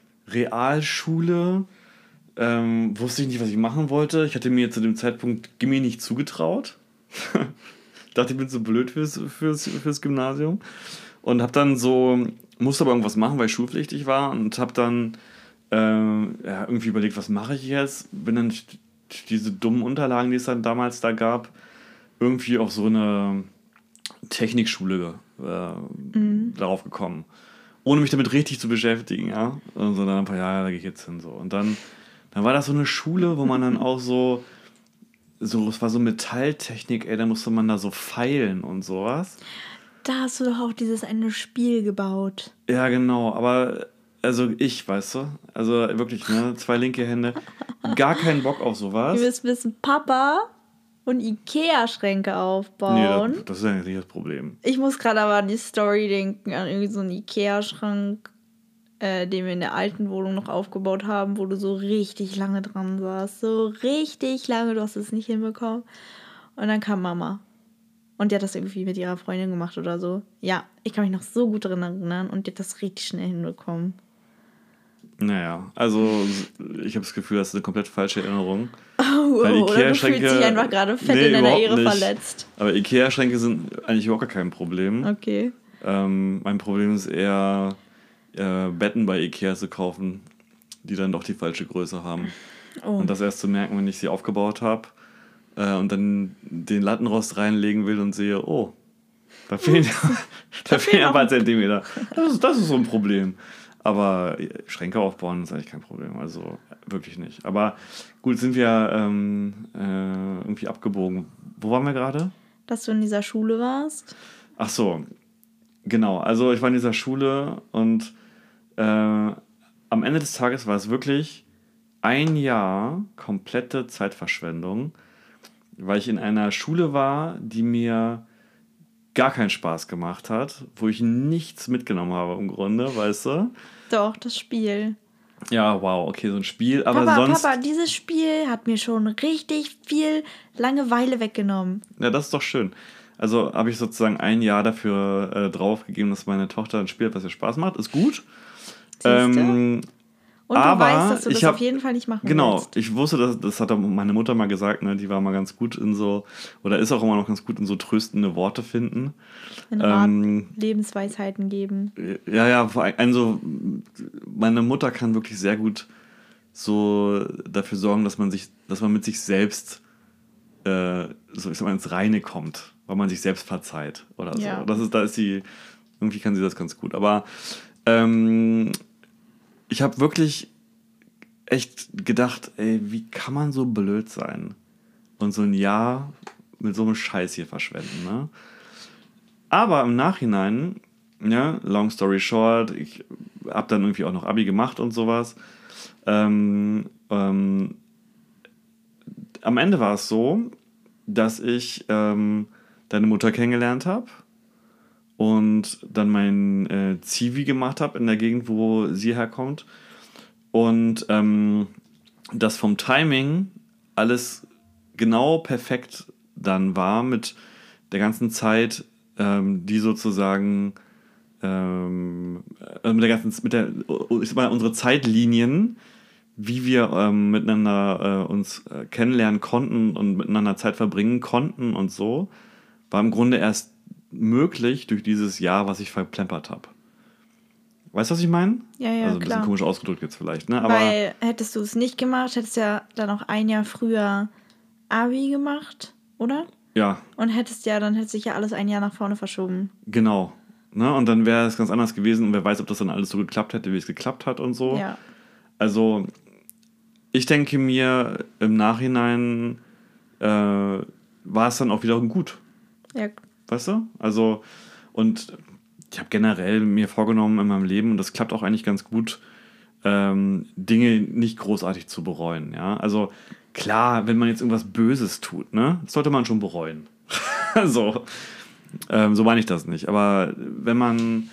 Realschule, wusste ich nicht, was ich machen wollte. Ich hatte mir zu dem Zeitpunkt Gimmi nicht zugetraut. Dachte, ich bin zu blöd fürs Gymnasium. Und habe dann so, musste aber irgendwas machen, weil ich schulpflichtig war. Und habe dann irgendwie überlegt, was mache ich jetzt? Bin dann diese dummen Unterlagen, die es dann damals da gab, irgendwie auf so eine Technikschule darauf gekommen. Ohne mich damit richtig zu beschäftigen, ja. Und so dann einfach, ja, da gehe ich jetzt hin. So. Und dann war das so eine Schule, wo man dann auch so, es war so Metalltechnik, ey, da musste man da so feilen und sowas. Da hast du doch auch dieses eine Spiel gebaut. Ja, genau, aber also weißt du, also wirklich, ne, 2 linke Hände, gar keinen Bock auf sowas. Du wirst wissen, Papa und Ikea-Schränke aufbauen. Nee, das ist ja nicht das Problem. Ich muss gerade aber an die Story denken, an irgendwie so einen Ikea-Schrank, den wir in der alten Wohnung noch aufgebaut haben, wo du so richtig lange dran saßt. So richtig lange, du hast es nicht hinbekommen. Und dann kam Mama. Und die hat das irgendwie mit ihrer Freundin gemacht oder so. Ja, ich kann mich noch so gut daran erinnern. Und die hat das richtig schnell hinbekommen. Naja, also ich habe das Gefühl, das ist eine komplett falsche Erinnerung. Weil oder du fühlst dich einfach gerade fett in deiner Ehre verletzt. Aber Ikea-Schränke sind eigentlich überhaupt kein Problem. Okay. Mein Problem ist eher, Betten bei Ikea zu kaufen, die dann doch die falsche Größe haben. Oh. Und das erst zu merken, wenn ich sie aufgebaut habe und dann den Lattenrost reinlegen will und sehe, oh, da fehlen ein paar Zentimeter. Das ist so ein Problem. Aber Schränke aufbauen ist eigentlich kein Problem, also wirklich nicht. Aber gut, sind wir irgendwie abgebogen. Wo waren wir gerade? Dass du in dieser Schule warst. Ach so, genau. Also ich war in dieser Schule und am Ende des Tages war es wirklich ein Jahr komplette Zeitverschwendung, weil ich in einer Schule war, die mir gar keinen Spaß gemacht hat, wo ich nichts mitgenommen habe im Grunde, weißt du? Doch, das Spiel. Ja, wow, okay, so ein Spiel, aber Papa, dieses Spiel hat mir schon richtig viel Langeweile weggenommen. Ja, das ist doch schön. Also habe ich sozusagen ein Jahr dafür draufgegeben, dass meine Tochter ein Spiel hat, was ihr Spaß macht. Ist gut. Und du weißt, dass du das auf jeden Fall nicht machen willst. Genau, ich wusste, das hat meine Mutter mal gesagt, ne, die war mal ganz gut in so, oder ist auch immer noch ganz gut in so tröstende Worte finden. Lebensweisheiten geben. Ja, vor allem so, meine Mutter kann wirklich sehr gut so dafür sorgen, dass man mit sich selbst so, ich sag mal, ins Reine kommt, weil man sich selbst verzeiht oder so. Ja. Irgendwie kann sie das ganz gut. Aber ich habe wirklich echt gedacht, ey, wie kann man so blöd sein und so ein Jahr mit so einem Scheiß hier verschwenden, ne? Aber im Nachhinein, ja, long story short, ich habe dann irgendwie auch noch Abi gemacht und sowas. Am Ende war es so, dass ich deine Mutter kennengelernt habe und dann mein Zivi gemacht habe in der Gegend, wo sie herkommt. Und das vom Timing alles genau perfekt dann war mit der ganzen Zeit, die sozusagen unsere Zeitlinien, wie wir miteinander uns kennenlernen konnten und miteinander Zeit verbringen konnten und so, war im Grunde erst möglich durch dieses Jahr, was ich verplempert habe. Weißt du, was ich meine? Ja, also ein klar. Bisschen komisch ausgedrückt jetzt vielleicht, ne? Aber weil hättest du es nicht gemacht, hättest du ja dann auch ein Jahr früher Abi gemacht, oder? Ja. Und dann hätte sich ja alles ein Jahr nach vorne verschoben. Genau. Ne? Und dann wäre es ganz anders gewesen und wer weiß, ob das dann alles so geklappt hätte, wie es geklappt hat und so. Ja. Also ich denke mir, im Nachhinein war es dann auch wiederum gut. Ja. Weißt du? Also, und ich habe generell mir vorgenommen in meinem Leben, und das klappt auch eigentlich ganz gut, Dinge nicht großartig zu bereuen. Ja? Also klar, wenn man jetzt irgendwas Böses tut, ne, das sollte man schon bereuen. So, so meine ich das nicht. Aber wenn man,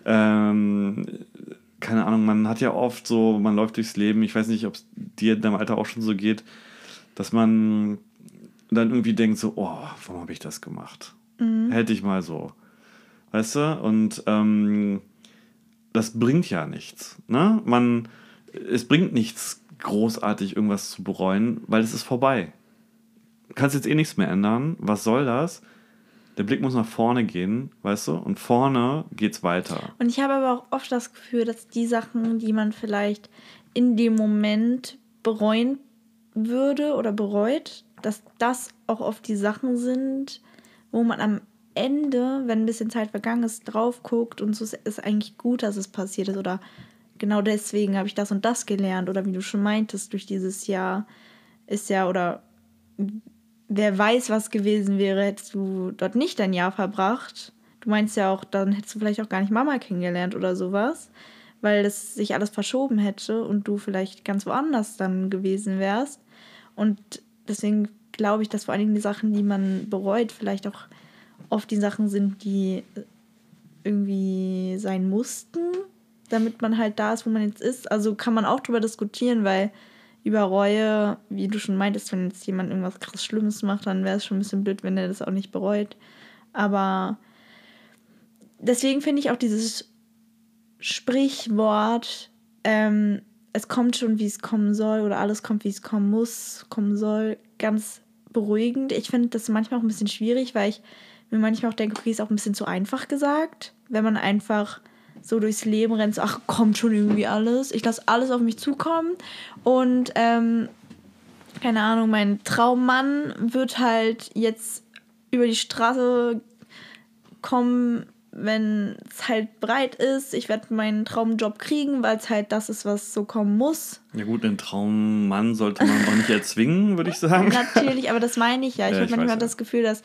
keine Ahnung, man hat ja oft so, man läuft durchs Leben, ich weiß nicht, ob es dir in deinem Alter auch schon so geht, dass man dann irgendwie denkt so, oh, warum habe ich das gemacht? Hätte ich mal so. Weißt du? Und das bringt ja nichts. Ne? Es bringt nichts, großartig irgendwas zu bereuen, weil es ist vorbei. Du kannst jetzt eh nichts mehr ändern. Was soll das? Der Blick muss nach vorne gehen, weißt du? Und vorne geht's weiter. Und ich habe aber auch oft das Gefühl, dass die Sachen, die man vielleicht in dem Moment bereuen würde oder bereut, dass das auch oft die Sachen sind, wo man am Ende, wenn ein bisschen Zeit vergangen ist, drauf guckt und so ist eigentlich gut, dass es passiert ist oder genau deswegen habe ich das und das gelernt oder wie du schon meintest, durch dieses Jahr ist ja oder wer weiß, was gewesen wäre, hättest du dort nicht dein Jahr verbracht. Du meinst ja auch, dann hättest du vielleicht auch gar nicht Mama kennengelernt oder sowas, weil es sich alles verschoben hätte und du vielleicht ganz woanders dann gewesen wärst. Und deswegen glaube ich, dass vor allen Dingen die Sachen, die man bereut, vielleicht auch oft die Sachen sind, die irgendwie sein mussten, damit man halt da ist, wo man jetzt ist. Also kann man auch drüber diskutieren, weil über Reue, wie du schon meintest, wenn jetzt jemand irgendwas krass Schlimmes macht, dann wäre es schon ein bisschen blöd, wenn er das auch nicht bereut. Aber deswegen finde ich auch dieses Sprichwort, es kommt schon, wie es kommen soll, oder alles kommt, wie es kommen muss, kommen soll, ganz beruhigend. Ich finde das manchmal auch ein bisschen schwierig, weil ich mir manchmal auch denke, okay, ist auch ein bisschen zu einfach gesagt, wenn man einfach so durchs Leben rennt, so, ach, kommt schon irgendwie alles, ich lasse alles auf mich zukommen und keine Ahnung, mein Traummann wird halt jetzt über die Straße kommen, wenn es halt breit ist. Ich werde meinen Traumjob kriegen, weil es halt das ist, was so kommen muss. Ja gut, einen Traummann sollte man auch nicht erzwingen, würde ich sagen. Natürlich, aber das meine ich ja. Ich habe manchmal das Gefühl, dass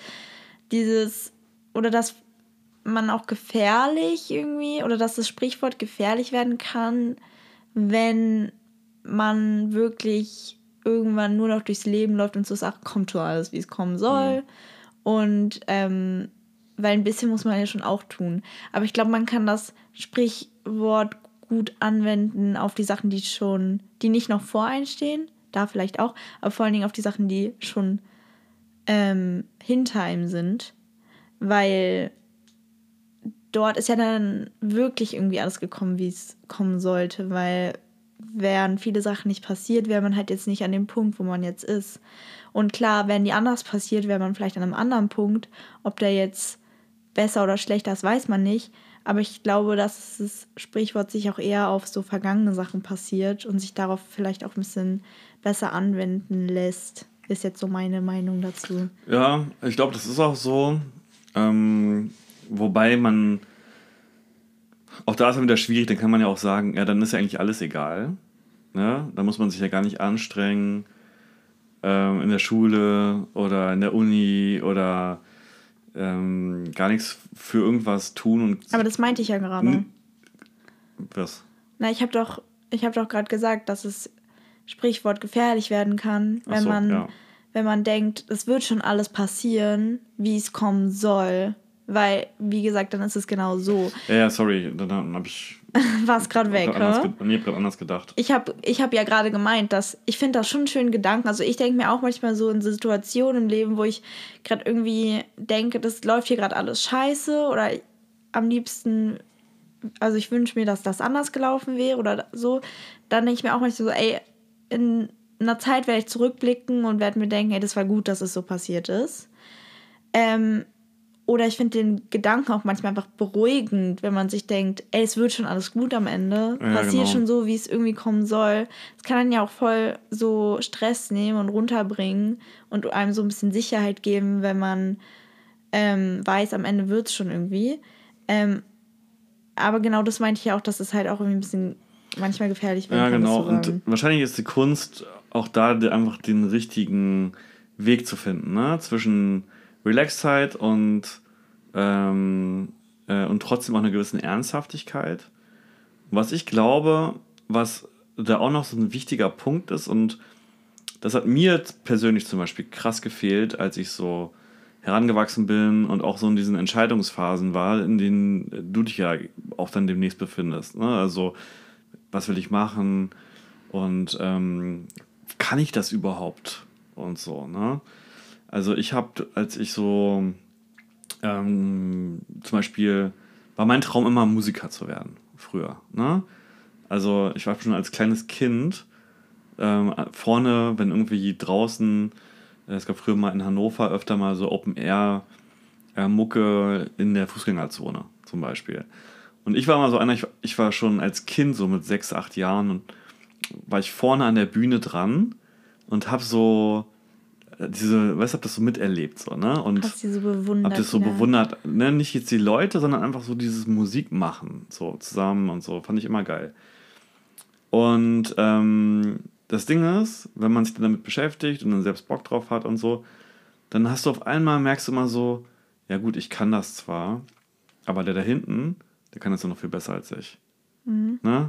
dass man auch gefährlich irgendwie, oder dass das Sprichwort gefährlich werden kann, wenn man wirklich irgendwann nur noch durchs Leben läuft und so sagt, kommt schon alles, wie es kommen soll. Und weil ein bisschen muss man ja schon auch tun. Aber ich glaube, man kann das Sprichwort gut anwenden auf die Sachen, die nicht noch vor einem stehen, da vielleicht auch, aber vor allen Dingen auf die Sachen, die schon hinter einem sind, weil dort ist ja dann wirklich irgendwie alles gekommen, wie es kommen sollte, weil wären viele Sachen nicht passiert, wäre man halt jetzt nicht an dem Punkt, wo man jetzt ist. Und klar, wären die anders passiert, wäre man vielleicht an einem anderen Punkt. Ob der jetzt besser oder schlechter ist, weiß man nicht. Aber ich glaube, dass das Sprichwort sich auch eher auf so vergangene Sachen passiert und sich darauf vielleicht auch ein bisschen besser anwenden lässt. Ist jetzt so meine Meinung dazu. Ja, ich glaube, das ist auch so. Wobei auch da ist es wieder schwierig, dann kann man ja auch sagen, ja, dann ist ja eigentlich alles egal. Ne? Da muss man sich ja gar nicht anstrengen in der Schule oder in der Uni oder gar nichts für irgendwas tun. Aber das meinte ich ja gerade. Was? Na, ich habe doch gerade gesagt, dass das Sprichwort gefährlich werden kann, wenn man denkt, es wird schon alles passieren, wie es kommen soll. Weil, wie gesagt, dann ist es genau so. Ja, sorry, dann habe ich... War es gerade weg, oder? Ich habe gerade anders gedacht. Ich hab ja gerade gemeint, dass ich finde das schon einen schönen Gedanken. Also ich denke mir auch manchmal so in Situationen im Leben, wo ich gerade irgendwie denke, das läuft hier gerade alles scheiße oder am liebsten, also ich wünsche mir, dass das anders gelaufen wäre oder so. Dann denke ich mir auch manchmal so, ey, in einer Zeit werde ich zurückblicken und werde mir denken, ey, das war gut, dass es so passiert ist. Oder ich finde den Gedanken auch manchmal einfach beruhigend, wenn man sich denkt, ey, es wird schon alles gut am Ende. Ja, passiert schon so, wie es irgendwie kommen soll. Es kann dann ja auch voll so Stress nehmen und runterbringen und einem so ein bisschen Sicherheit geben, wenn man weiß, am Ende wird es schon irgendwie. Aber genau das meinte ich ja auch, dass es halt auch irgendwie ein bisschen manchmal gefährlich wird. Ja, genau. Und wahrscheinlich ist die Kunst auch da, einfach den richtigen Weg zu finden, ne? Zwischen Relaxedheit und und trotzdem auch eine gewisse Ernsthaftigkeit. Was ich glaube, was da auch noch so ein wichtiger Punkt ist, und das hat mir persönlich zum Beispiel krass gefehlt, als ich so herangewachsen bin und auch so in diesen Entscheidungsphasen war, in denen du dich ja auch dann demnächst befindest. Ne? Also, was will ich machen und kann ich das überhaupt und so. Ne? Also ich habe, als ich so zum Beispiel, war mein Traum immer Musiker zu werden, früher. Ne? Also ich war schon als kleines Kind vorne, wenn irgendwie draußen, es gab früher mal in Hannover öfter mal so Open-Air-Mucke in der Fußgängerzone zum Beispiel. Und ich war mal so einer, ich war schon als Kind, so mit 6, 8 Jahren, und war ich vorne an der Bühne dran und hab so hab das so miterlebt, so, ne? Und hast du so bewundert. hab das so bewundert, ne? Nicht jetzt die Leute, sondern einfach so dieses Musik machen, so zusammen und so, fand ich immer geil. Und das Ding ist, wenn man sich dann damit beschäftigt und dann selbst Bock drauf hat und so, dann hast du auf einmal, merkst du immer so, ja gut, ich kann das zwar, aber der da hinten, der kann das ja noch viel besser als ich. Mhm. Ne?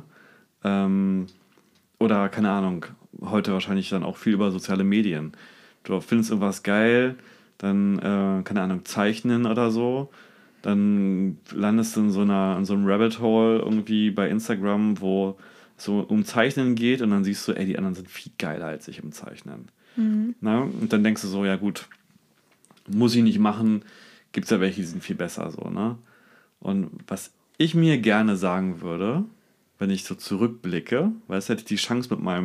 Oder, keine Ahnung, heute wahrscheinlich dann auch viel über soziale Medien. Du findest irgendwas geil, dann, keine Ahnung, zeichnen oder so, dann landest du in so einem Rabbit Hole irgendwie bei Instagram, wo es so um Zeichnen geht, und dann siehst du, ey, die anderen sind viel geiler als ich im Zeichnen. Mhm. Na? Und dann denkst du so, ja gut, muss ich nicht machen, gibt es ja welche, die sind viel besser so, ne? Und was ich mir gerne sagen würde, wenn ich so zurückblicke, weil es hätte ich die Chance mit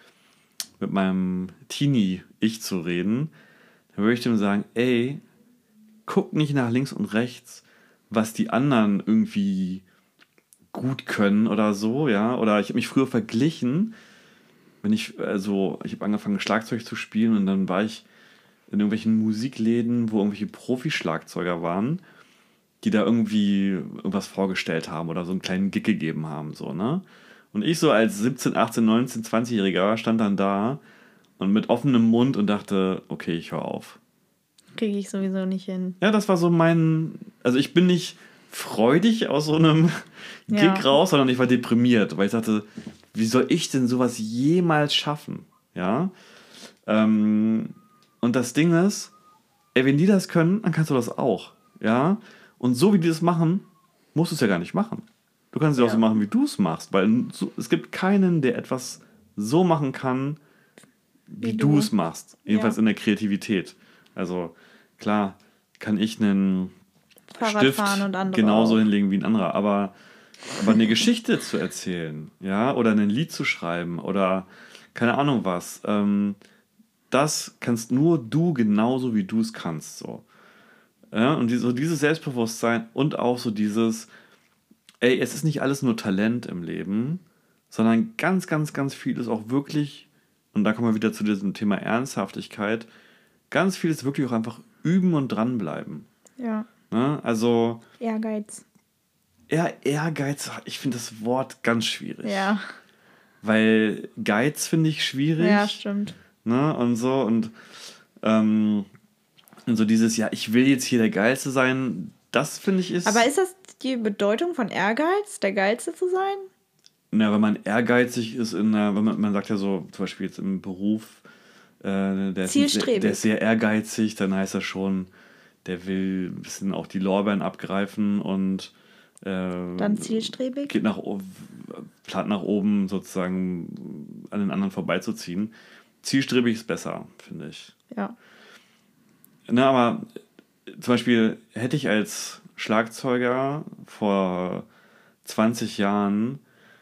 meinem Teenie-Ich zu reden, dann würde ich dem sagen, ey, guck nicht nach links und rechts, was die anderen irgendwie gut können oder so, ja, oder ich habe mich früher verglichen, ich habe angefangen Schlagzeug zu spielen, und dann war ich in irgendwelchen Musikläden, wo irgendwelche Profi-Schlagzeuger waren, die da irgendwie irgendwas vorgestellt haben oder so einen kleinen Gig gegeben haben, so, ne? Und ich so als 17, 18, 19, 20-Jähriger stand dann da und mit offenem Mund und dachte, okay, ich höre auf. Kriege ich sowieso nicht hin. Ja, das war so also ich bin nicht freudig aus so einem Gig raus, sondern ich war deprimiert, weil ich dachte, wie soll ich denn sowas jemals schaffen? Ja. Und das Ding ist, ey, wenn die das können, dann kannst du das auch. Ja. Und so wie die das machen, musst du es ja gar nicht machen. Du kannst es auch so machen, wie du es machst, weil es gibt keinen, der etwas so machen kann, wie du es machst. Jedenfalls in der Kreativität. Also klar kann ich einen Stift genauso hinlegen wie ein anderer, aber eine Geschichte zu erzählen, ja, oder ein Lied zu schreiben oder keine Ahnung was, das kannst nur du genauso, wie du es kannst, so. Ja, und dieses Selbstbewusstsein und auch so dieses, ey, es ist nicht alles nur Talent im Leben, sondern ganz, ganz, ganz viel ist auch wirklich, und da kommen wir wieder zu diesem Thema Ernsthaftigkeit, ganz viel ist wirklich auch einfach üben und dranbleiben. Ja. Ne? Also Ehrgeiz. Ja, Ehrgeiz, ich finde das Wort ganz schwierig. Ja. Weil Geiz finde ich schwierig. Ja, stimmt. Ne? Und so, und so dieses, ja, ich will jetzt hier der Geilste sein, das finde ich ist... Aber ist das die Bedeutung von Ehrgeiz, der Geilste zu sein? Na, wenn man ehrgeizig ist, man sagt ja so, zum Beispiel jetzt im Beruf, der ist sehr ehrgeizig, dann heißt das schon, der will ein bisschen auch die Lorbeeren abgreifen und dann zielstrebig? Geht plant nach oben sozusagen an den anderen vorbeizuziehen. Zielstrebig ist besser, finde ich. Ja. Na, aber zum Beispiel hätte ich als Schlagzeuger vor 20 Jahren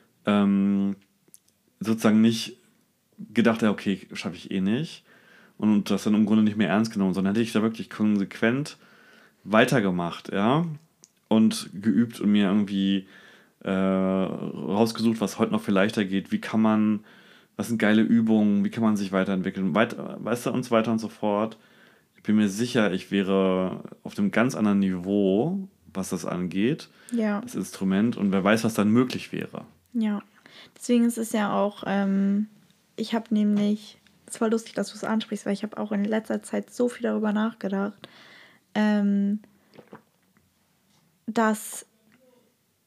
sozusagen nicht gedacht, ja, okay, schaffe ich eh nicht, und das dann im Grunde nicht mehr ernst genommen, sondern hätte ich da wirklich konsequent weitergemacht, ja, und geübt und mir irgendwie rausgesucht, was heute noch viel leichter geht, was sind geile Übungen, wie kann man sich weiterentwickeln, weißt du, und so weiter und so fort. Ich bin mir sicher, ich wäre auf einem ganz anderen Niveau, was das angeht, das Instrument, und wer weiß, was dann möglich wäre. Ja, deswegen ist es ja auch, ich habe nämlich, es war lustig, dass du es ansprichst, weil ich habe auch in letzter Zeit so viel darüber nachgedacht, dass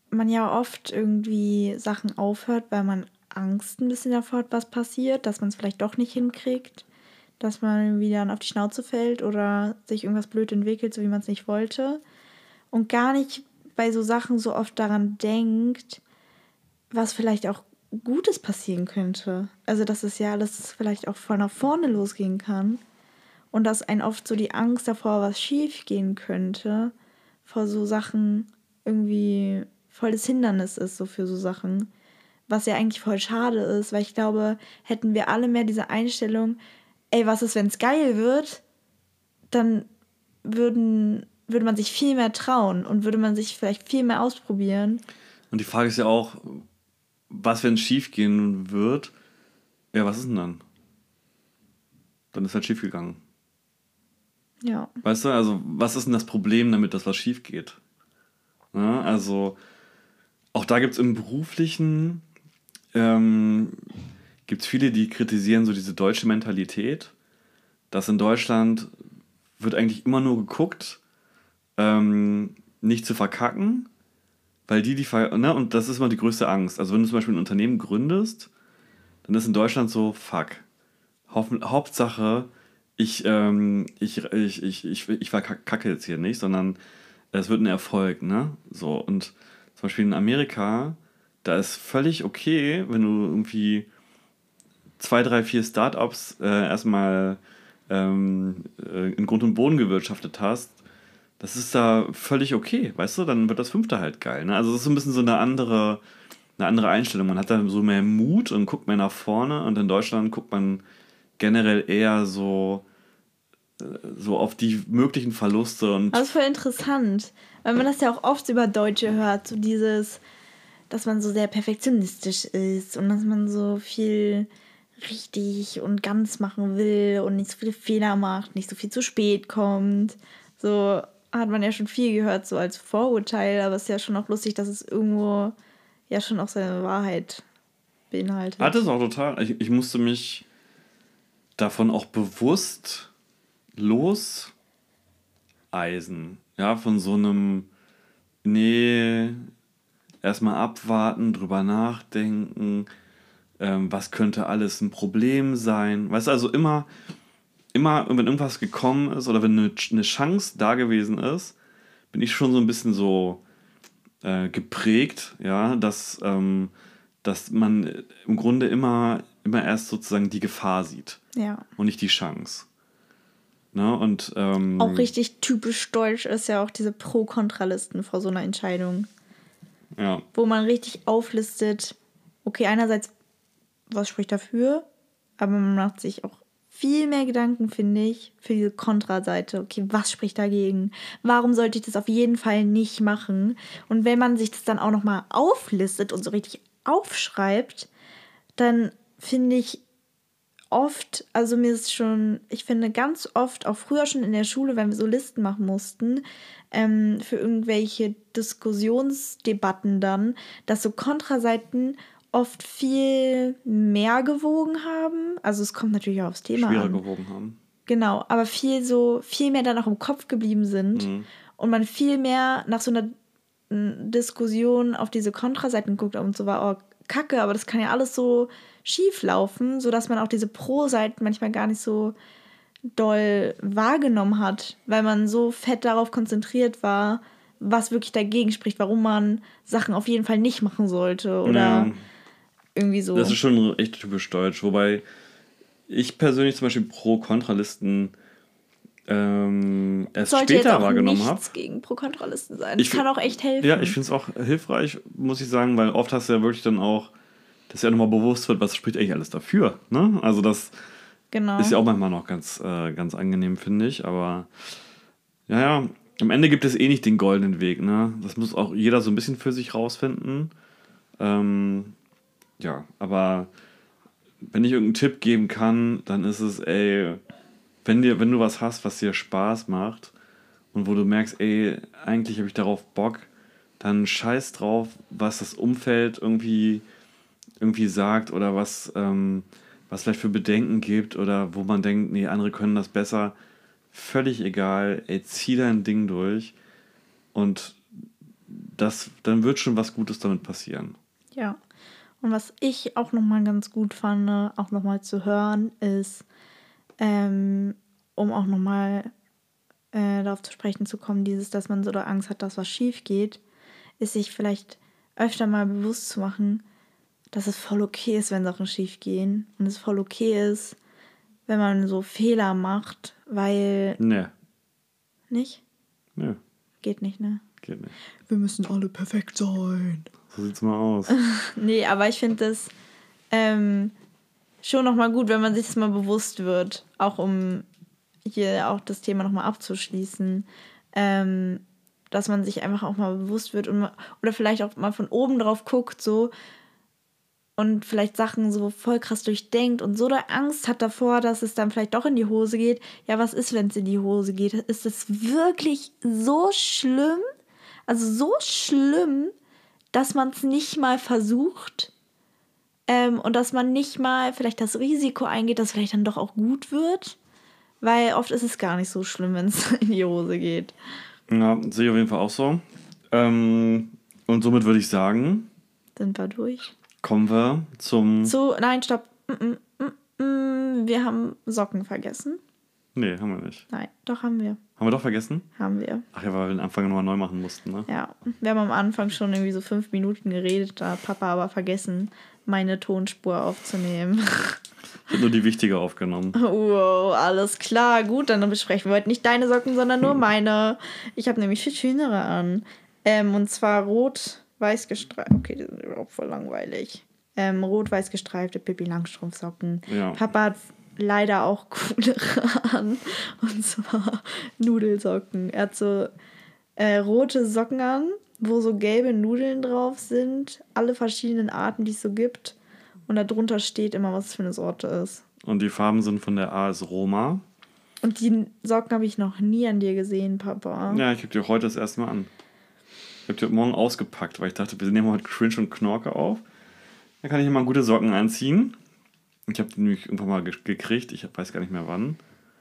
man ja oft irgendwie Sachen aufhört, weil man Angst ein bisschen davor hat, was passiert, dass man es vielleicht doch nicht hinkriegt, dass man wieder auf die Schnauze fällt oder sich irgendwas blöd entwickelt, so wie man es nicht wollte. Und gar nicht bei so Sachen so oft daran denkt, was vielleicht auch Gutes passieren könnte. Also, dass es ja alles vielleicht auch von nach vorne losgehen kann. Und dass einen oft so die Angst davor, was schief gehen könnte, vor so Sachen irgendwie voll das Hindernis ist, so für so Sachen. Was ja eigentlich voll schade ist, weil ich glaube, hätten wir alle mehr diese Einstellung, ey, was ist, wenn es geil wird, dann würde man sich viel mehr trauen und würde man sich vielleicht viel mehr ausprobieren. Und die Frage ist ja auch, was, wenn es schief gehen wird? Ja, was ist denn dann? Dann ist halt schief gegangen. Ja. Weißt du, also was ist denn das Problem damit, dass was schief geht? Ja, also auch da gibt es im Beruflichen, gibt es viele, die kritisieren so diese deutsche Mentalität, dass in Deutschland wird eigentlich immer nur geguckt, nicht zu verkacken, weil ne, und das ist immer die größte Angst. Also wenn du zum Beispiel ein Unternehmen gründest, dann ist in Deutschland so, fuck, Hauptsache, ich verkacke jetzt hier nicht, sondern es wird ein Erfolg, ne? So, und zum Beispiel in Amerika, da ist völlig okay, wenn du irgendwie 2, 3, 4 Startups erstmal in Grund und Boden gewirtschaftet hast. Das ist da völlig okay, weißt du? Dann wird das 5. halt geil, ne? Also das ist so ein bisschen so eine andere Einstellung. Man hat da so mehr Mut und guckt mehr nach vorne, und in Deutschland guckt man generell eher so auf die möglichen Verluste. Und das ist voll interessant, weil man das ja auch oft über Deutsche hört, so dieses, dass man so sehr perfektionistisch ist und dass man so viel richtig und ganz machen will und nicht so viele Fehler macht, nicht so viel zu spät kommt. So hat man ja schon viel gehört, so als Vorurteil, aber es ist ja schon auch lustig, dass es irgendwo ja schon auch seine Wahrheit beinhaltet. Hat es auch total. Ich musste mich davon auch bewusst loseisen. Ja, von so einem, nee, erstmal abwarten, drüber nachdenken, was könnte alles ein Problem sein. Weißt du, also immer, wenn irgendwas gekommen ist oder wenn eine Chance da gewesen ist, bin ich schon so ein bisschen so geprägt, ja, dass man im Grunde immer erst sozusagen die Gefahr sieht, ja, und nicht die Chance. Ne? Und, auch richtig typisch deutsch ist ja auch diese Pro-Kontralisten vor so einer Entscheidung. Ja. Wo man richtig auflistet, okay, einerseits, was spricht dafür, aber man macht sich auch viel mehr Gedanken, finde ich, für diese Kontraseite. Okay, was spricht dagegen? Warum sollte ich das auf jeden Fall nicht machen? Und wenn man sich das dann auch nochmal auflistet und so richtig aufschreibt, dann finde ich oft, also mir ist schon, ich finde ganz oft, auch früher schon in der Schule, wenn wir so Listen machen mussten, für irgendwelche Diskussionsdebatten dann, dass so Kontraseiten oft viel mehr gewogen haben. Also es kommt natürlich auch aufs Thema schwerer an. gewogen haben. Genau, aber viel mehr dann auch im Kopf geblieben sind und man viel mehr nach so einer Diskussion auf diese Kontraseiten guckt und so war, oh, Kacke, aber das kann ja alles so schief laufen, sodass man auch diese Pro-Seiten manchmal gar nicht so doll wahrgenommen hat, weil man so fett darauf konzentriert war, was wirklich dagegen spricht, warum man Sachen auf jeden Fall nicht machen sollte oder irgendwie so. Das ist schon echt typisch deutsch, wobei ich persönlich zum Beispiel Pro-Kontralisten erst sollte später jetzt auch wahrgenommen habe. Nichts gegen Pro-Kontralisten sein. Das kann auch echt helfen. Ja, ich finde es auch hilfreich, muss ich sagen, weil oft hast du ja wirklich dann auch, dass ja nochmal bewusst wird, was spricht eigentlich alles dafür. Ne? Also das ist ja auch manchmal noch ganz angenehm, finde ich. Aber ja, am Ende gibt es eh nicht den goldenen Weg. Ne? Das muss auch jeder so ein bisschen für sich rausfinden. Ja, aber wenn ich irgendeinen Tipp geben kann, dann ist es, wenn du was hast, was dir Spaß macht und wo du merkst, eigentlich habe ich darauf Bock, dann scheiß drauf, was das Umfeld irgendwie sagt oder was vielleicht für Bedenken gibt oder wo man denkt, nee, andere können das besser. Völlig egal, zieh dein Ding durch und dann wird schon was Gutes damit passieren. Ja. Und was ich auch nochmal ganz gut fand, auch nochmal zu hören, ist, um auch nochmal darauf zu sprechen zu kommen, dass man so da Angst hat, dass was schief geht, ist sich vielleicht öfter mal bewusst zu machen, dass es voll okay ist, wenn Sachen schief gehen. Und es voll okay ist, wenn man so Fehler macht, weil... Nee. Nicht? Nee. Geht nicht, ne? Geht nicht. Wir müssen alle perfekt sein. So sieht's mal aus. Nee, aber ich finde das schon nochmal gut, wenn man sich das mal bewusst wird. Auch um hier auch das Thema nochmal abzuschließen. Dass man sich einfach auch mal bewusst wird oder vielleicht auch mal von oben drauf guckt so und vielleicht Sachen so voll krass durchdenkt und so da Angst hat davor, dass es dann vielleicht doch in die Hose geht. Ja, was ist, wenn es in die Hose geht? Ist es wirklich so schlimm? Also so schlimm, dass man es nicht mal versucht und dass man nicht mal vielleicht das Risiko eingeht, dass es vielleicht dann doch auch gut wird? Weil oft ist es gar nicht so schlimm, wenn es in die Hose geht. Ja, sehe ich auf jeden Fall auch so. Und somit würde ich sagen... Sind wir durch? Kommen wir Nein, stopp. Wir haben Socken vergessen. Nee, haben wir nicht. Nein, doch haben wir. Haben wir doch vergessen? Haben wir. Ach ja, weil wir den Anfang nochmal neu machen mussten, ne? Ja, wir haben am Anfang schon irgendwie so 5 Minuten geredet, da hat Papa aber vergessen, meine Tonspur aufzunehmen. Ich habe nur die wichtige aufgenommen. Wow, alles klar. Gut, dann besprechen wir heute nicht deine Socken, sondern nur meine. Ich habe nämlich viel schönere an. Und zwar rot-weiß gestreift. Okay, die sind überhaupt voll langweilig. Rot-weiß gestreifte Pippi Langstrumpfsocken. Ja. Papa hat leider auch coolere an. Und zwar Nudelsocken. Er hat so rote Socken an, wo so gelbe Nudeln drauf sind. Alle verschiedenen Arten, die es so gibt. Und da drunter steht immer, was es für eine Sorte ist. Und die Farben sind von der AS Roma. Und die Socken habe ich noch nie an dir gesehen, Papa. Ja, ich habe die heute das erste Mal an. Ich habe die heute Morgen ausgepackt, weil ich dachte, wir nehmen heute Cringe und Knorke auf. Dann kann ich immer gute Socken anziehen. Ich habe die nämlich irgendwann mal gekriegt. Ich weiß gar nicht mehr wann.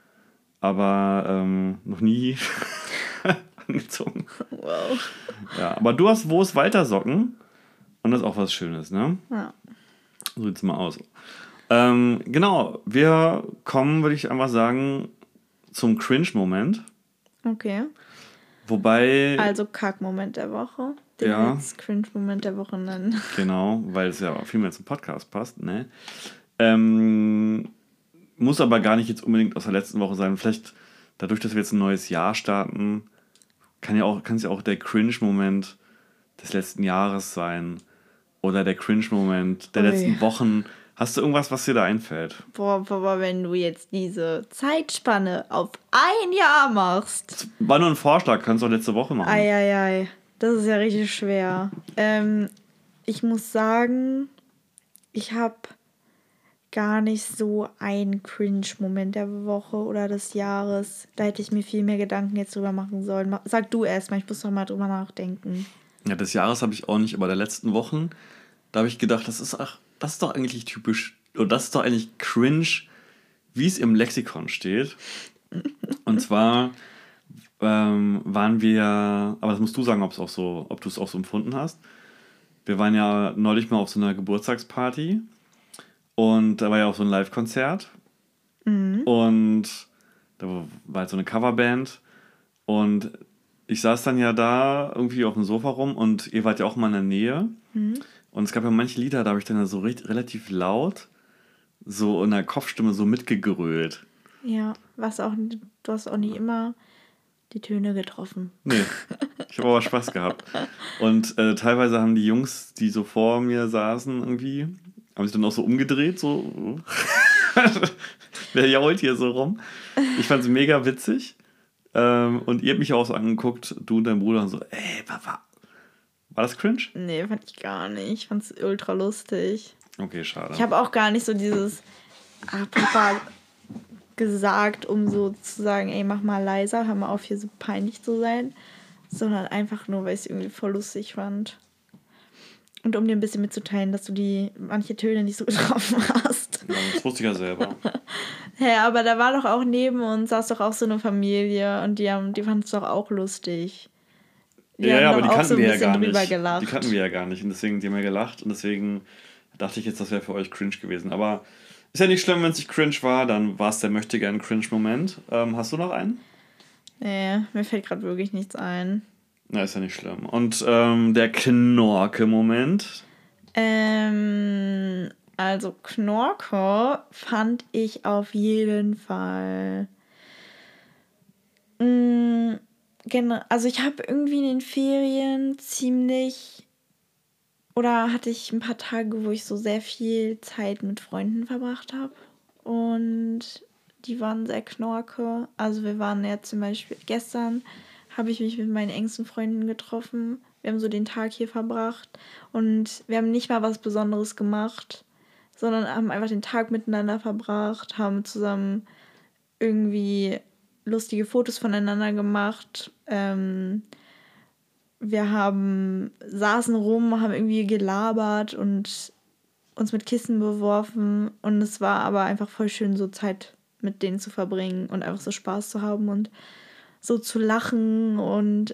Aber noch nie angezogen. Wow. Ja, aber du hast Wo's Walter Socken. Und das ist auch was Schönes, ne? Ja. So sieht es mal aus. Genau, wir kommen, würde ich einfach sagen, zum Cringe-Moment. Okay. Wobei... Also Kack-Moment der Woche. Den wir jetzt Cringe-Moment der Woche nennen. Genau, weil es ja viel mehr zum Podcast passt, ne? Muss aber gar nicht jetzt unbedingt aus der letzten Woche sein. Vielleicht dadurch, dass wir jetzt ein neues Jahr starten, kann es ja auch der Cringe-Moment des letzten Jahres sein. Oder der Cringe-Moment der letzten Wochen. Hast du irgendwas, was dir da einfällt? Boah, wenn du jetzt diese Zeitspanne auf ein Jahr machst. Das war nur ein Vorschlag, kannst du auch letzte Woche machen. Ei. Das ist ja richtig schwer. Ich muss sagen, ich habe gar nicht so einen Cringe-Moment der Woche oder des Jahres. Da hätte ich mir viel mehr Gedanken jetzt drüber machen sollen. Sag du erst mal, ich muss noch mal drüber nachdenken. Ja, des Jahres habe ich auch nicht, aber der letzten Wochen, da habe ich gedacht, das ist doch eigentlich typisch, oder das ist doch eigentlich cringe, wie es im Lexikon steht. Und zwar waren wir, aber das musst du sagen, ob du es auch so empfunden hast. Wir waren ja neulich mal auf so einer Geburtstagsparty und da war ja auch so ein Live-Konzert. Und da war halt so eine Coverband und ich saß dann ja da irgendwie auf dem Sofa rum und ihr wart ja auch mal in der Nähe. Und es gab ja manche Lieder, da habe ich dann so relativ laut so in der Kopfstimme so mitgegrölt. Ja, du hast auch nicht immer die Töne getroffen. Nee, ich habe aber Spaß gehabt. Und teilweise haben die Jungs, die so vor mir saßen irgendwie, haben sich dann auch so umgedreht, so. Wer jault hier so rum? Ich fand es mega witzig. Und ihr habt mich auch so angeguckt, du und dein Bruder, und so, ey, Papa. War das cringe? Nee, fand ich gar nicht. Ich fand es ultra lustig. Okay, schade. Ich habe auch gar nicht so dieses Papa gesagt, um so zu sagen, ey, mach mal leiser, hör mal auf, hier so peinlich zu sein. Sondern einfach nur, weil ich es irgendwie voll lustig fand. Und um dir ein bisschen mitzuteilen, dass du manche Töne nicht so getroffen hast. Ja, das wusste ich ja selber. Ja, aber da war doch auch neben uns, saß doch auch so eine Familie und die fanden es doch auch lustig. Ja, aber die kannten wir ja gar nicht. Die kannten wir ja gar nicht. Und deswegen, die haben ja gelacht. Und deswegen dachte ich jetzt, das wäre für euch cringe gewesen. Aber ist ja nicht schlimm, wenn es nicht cringe war. Dann war es der Möchtegern-Cringe-Moment. Hast du noch einen? Nee, mir fällt gerade wirklich nichts ein. Na, ist ja nicht schlimm. Und der Knorke-Moment? Also Knorke fand ich auf jeden Fall. Also ich habe irgendwie in den Ferien hatte ich ein paar Tage, wo ich so sehr viel Zeit mit Freunden verbracht habe. Und die waren sehr Knorke. Also wir waren ja zum Beispiel gestern, habe ich mich mit meinen engsten Freunden getroffen. Wir haben so den Tag hier verbracht und wir haben nicht mal was Besonderes gemacht, sondern haben einfach den Tag miteinander verbracht, haben zusammen irgendwie lustige Fotos voneinander gemacht. Wir saßen rum, haben irgendwie gelabert und uns mit Kissen beworfen. Und es war aber einfach voll schön, so Zeit mit denen zu verbringen und einfach so Spaß zu haben und so zu lachen. Und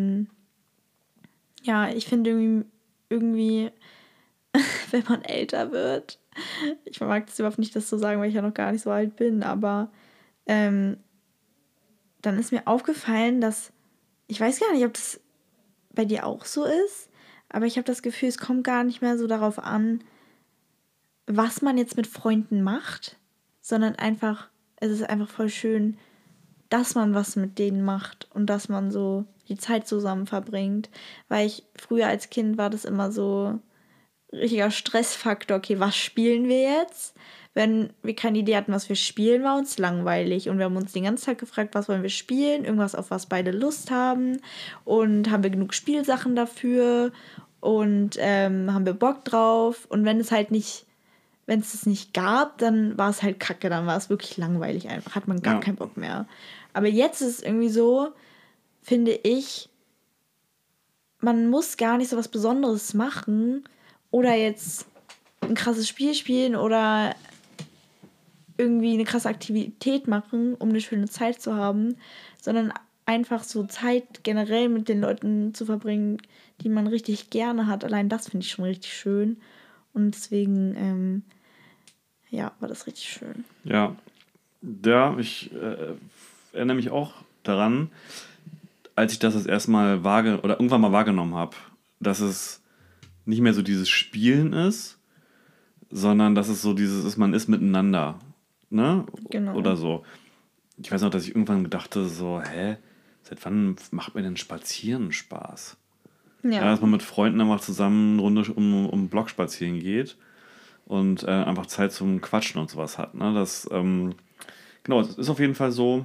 ja, ich finde irgendwie, wenn man älter wird, ich mag das überhaupt nicht, das zu sagen, weil ich ja noch gar nicht so alt bin, aber dann ist mir aufgefallen, dass, ich weiß gar nicht, ob das bei dir auch so ist, aber ich habe das Gefühl, es kommt gar nicht mehr so darauf an, was man jetzt mit Freunden macht, sondern es ist einfach voll schön, dass man was mit denen macht und dass man so die Zeit zusammen verbringt. Weil früher als Kind war das immer so richtiger Stressfaktor. Okay, was spielen wir jetzt? Wenn wir keine Idee hatten, was wir spielen, war uns langweilig. Und wir haben uns den ganzen Tag gefragt, was wollen wir spielen? Irgendwas, auf was beide Lust haben. Und haben wir genug Spielsachen dafür? Und haben wir Bock drauf? Und wenn es das nicht gab, dann war es halt kacke. Dann war es wirklich langweilig einfach. Hat man gar keinen Bock mehr. Aber jetzt ist es irgendwie so, finde ich, man muss gar nicht so was Besonderes machen oder jetzt ein krasses Spiel spielen oder irgendwie eine krasse Aktivität machen, um eine schöne Zeit zu haben, sondern einfach so Zeit generell mit den Leuten zu verbringen, die man richtig gerne hat. Allein das finde ich schon richtig schön. Und deswegen, war das richtig schön. Ja, ich erinnere mich auch daran, als ich das erste Mal irgendwann mal wahrgenommen habe, dass es nicht mehr so dieses Spielen ist, sondern dass es so dieses ist, man ist miteinander, ne? Genau. Oder so. Ich weiß noch, dass ich irgendwann dachte so, seit wann macht mir denn Spazieren Spaß? Ja. Dass man mit Freunden einfach zusammen eine Runde um den Block spazieren geht und einfach Zeit zum Quatschen und sowas hat, ne? Das, genau, es ist auf jeden Fall so,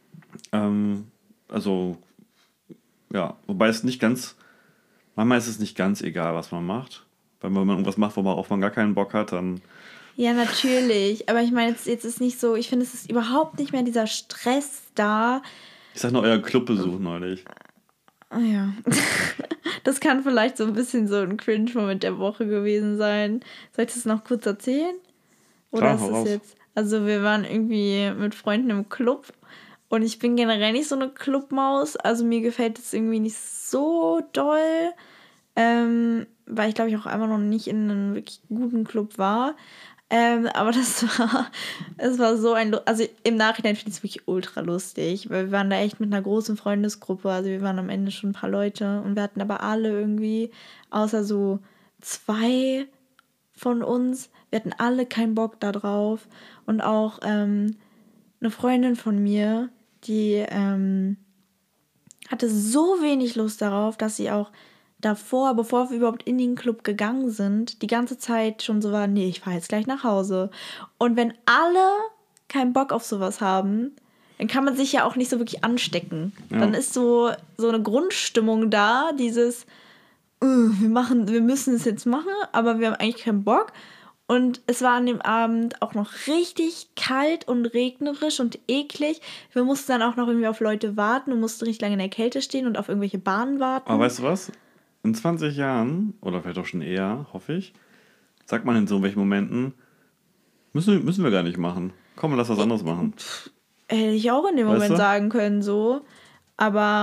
wobei manchmal ist es nicht ganz egal, was man macht. Weil wenn man irgendwas macht, worauf man gar keinen Bock hat, dann... Ja, natürlich. Aber ich meine, jetzt ist nicht so, ich finde, es ist überhaupt nicht mehr dieser Stress da. Ich sag nur euer Clubbesuch neulich. Ja. Das kann vielleicht so ein bisschen so ein Cringe-Moment der Woche gewesen sein. Soll ich das noch kurz erzählen? Oder klar, ist das jetzt... Also wir waren irgendwie mit Freunden im Club und ich bin generell nicht so eine Clubmaus. Also mir gefällt es irgendwie nicht so doll, weil ich glaube ich auch einfach noch nicht in einem wirklich guten Club war. Aber es war so also im Nachhinein finde ich es wirklich ultra lustig, weil wir waren da echt mit einer großen Freundesgruppe, also wir waren am Ende schon ein paar Leute und wir hatten aber alle irgendwie, außer so 2 von uns, wir hatten alle keinen Bock da drauf und auch eine Freundin von mir, die hatte so wenig Lust darauf, dass sie auch davor, bevor wir überhaupt in den Club gegangen sind, die ganze Zeit schon so war, nee, ich fahre jetzt gleich nach Hause. Und wenn alle keinen Bock auf sowas haben, dann kann man sich ja auch nicht so wirklich anstecken. Ja. Dann ist so eine Grundstimmung da, dieses, wir müssen es jetzt machen, aber wir haben eigentlich keinen Bock. Und es war an dem Abend auch noch richtig kalt und regnerisch und eklig. Wir mussten dann auch noch irgendwie auf Leute warten und mussten richtig lange in der Kälte stehen und auf irgendwelche Bahnen warten. Aber weißt du was? In 20 Jahren, oder vielleicht auch schon eher, hoffe ich, sagt man in so welchen Momenten, müssen wir gar nicht machen. Komm, lass was anderes machen. Hätte ich auch in dem Moment sagen können, so. Aber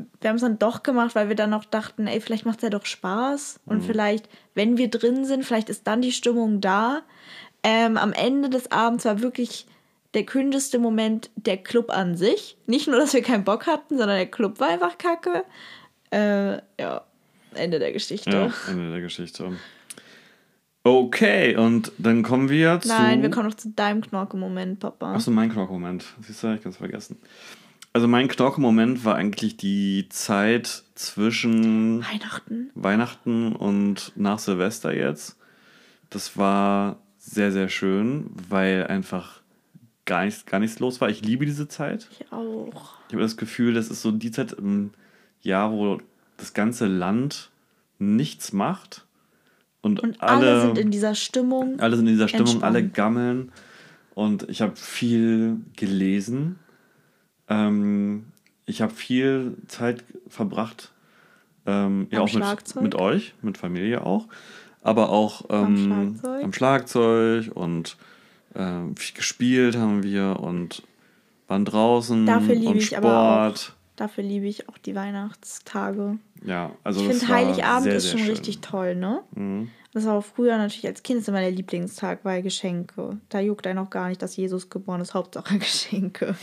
wir haben es dann doch gemacht, weil wir dann auch dachten, ey, vielleicht macht es ja doch Spaß. Und vielleicht, wenn wir drin sind, vielleicht ist dann die Stimmung da. Am Ende des Abends war wirklich der cringeste Moment der Club an sich. Nicht nur, dass wir keinen Bock hatten, sondern der Club war einfach kacke. Ja, Ende der Geschichte. Ja, Ende der Geschichte. Okay, und dann kommen wir zu... Nein, wir kommen noch zu deinem Knorke-Moment, Papa. Achso, mein Knorke-Moment. Siehst du, ich kann es vergessen. Also mein Knorke-Moment war eigentlich die Zeit zwischen... Weihnachten und nach Silvester jetzt. Das war sehr, sehr schön, weil einfach gar nichts los war. Ich liebe diese Zeit. Ich auch. Ich habe das Gefühl, das ist so die Zeit im Jahr, wo das ganze Land nichts macht. Und alle sind in dieser Stimmung. Alle sind in dieser Stimmung, entspannt. Alle gammeln. Und ich habe viel gelesen. Ich habe viel Zeit verbracht, ja auch mit euch, mit Familie auch. Aber auch am Schlagzeug und viel gespielt haben wir und waren draußen und Sport. Dafür liebe ich auch die Weihnachtstage. Ja, also ich finde, Heiligabend ist schon richtig toll, ne? Mhm. Das war auch früher natürlich als Kind immer der Lieblingstag, weil Geschenke. Da juckt einen auch gar nicht, dass Jesus geboren ist, Hauptsache Geschenke.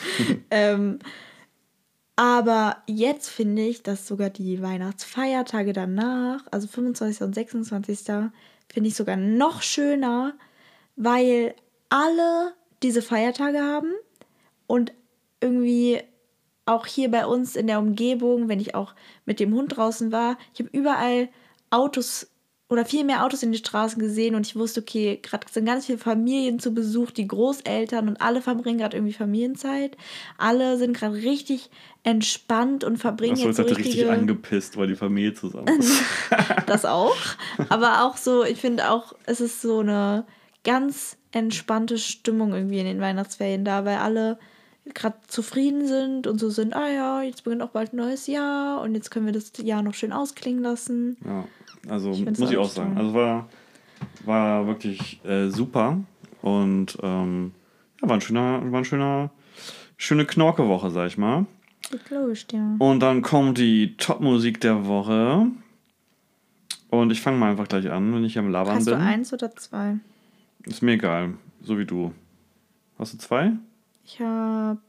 Aber jetzt finde ich, dass sogar die Weihnachtsfeiertage danach, also 25. und 26. finde ich sogar noch schöner, weil alle diese Feiertage haben und irgendwie auch hier bei uns in der Umgebung, wenn ich auch mit dem Hund draußen war, ich habe überall Autos oder viel mehr Autos in den Straßen gesehen und ich wusste, okay, gerade sind ganz viele Familien zu Besuch, die Großeltern und alle verbringen gerade irgendwie Familienzeit. Alle sind gerade richtig entspannt und verbringen jetzt so richtig angepisst, weil die Familie zusammen ist. Das auch. Aber auch so, ich finde auch, es ist so eine ganz entspannte Stimmung irgendwie in den Weihnachtsferien da, weil alle gerade zufrieden sind und so sind, jetzt beginnt auch bald ein neues Jahr und jetzt können wir das Jahr noch schön ausklingen lassen. Ja, also muss ich auch sagen. Also war wirklich super und war eine schöne Knorke-Woche, sag ich mal. Ich glaube, ja. Und dann kommt die Top-Musik der Woche und ich fange mal einfach gleich an, wenn ich am Labern bin. Hast du 1 oder 2? Ist mir egal, so wie du. Hast du 2? Ich habe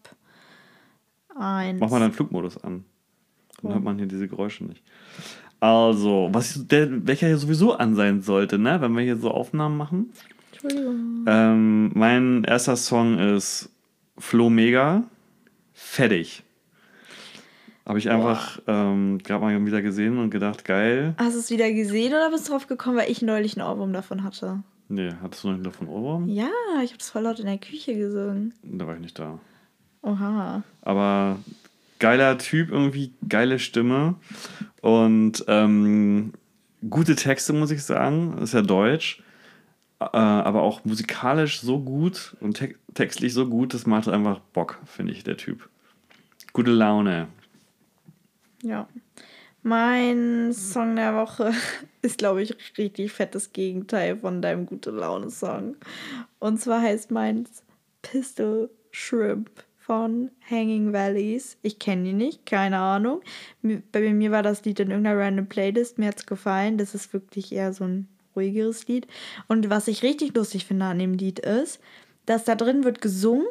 1. Mach mal deinen Flugmodus an. Dann hört man hier diese Geräusche nicht. Also, welcher hier sowieso an sein sollte, ne? Wenn wir hier so Aufnahmen machen. Entschuldigung. Mein erster Song ist Flo Mega. Fertig. Habe ich einfach gerade mal wieder gesehen und gedacht, geil. Hast du es wieder gesehen oder bist du drauf gekommen, weil ich neulich einen Ohrwurm davon hatte? Nee, hattest du noch davon Ohrwurm? Ja, ich habe das voll laut in der Küche gesungen. Da war ich nicht da. Oha. Aber geiler Typ irgendwie, geile Stimme und gute Texte, muss ich sagen. Ist ja deutsch. Aber auch musikalisch so gut und textlich so gut, das macht einfach Bock, finde ich, der Typ. Gute Laune. Ja. Mein Song der Woche ist, glaube ich, richtig fettes Gegenteil von deinem Gute-Laune-Song. Und zwar heißt meins Pistol Shrimp von Hanging Valleys. Ich kenne die nicht, keine Ahnung. Bei mir war das Lied in irgendeiner random Playlist, mir hat es gefallen. Das ist wirklich eher so ein ruhigeres Lied. Und was ich richtig lustig finde an dem Lied ist, dass da drin wird gesungen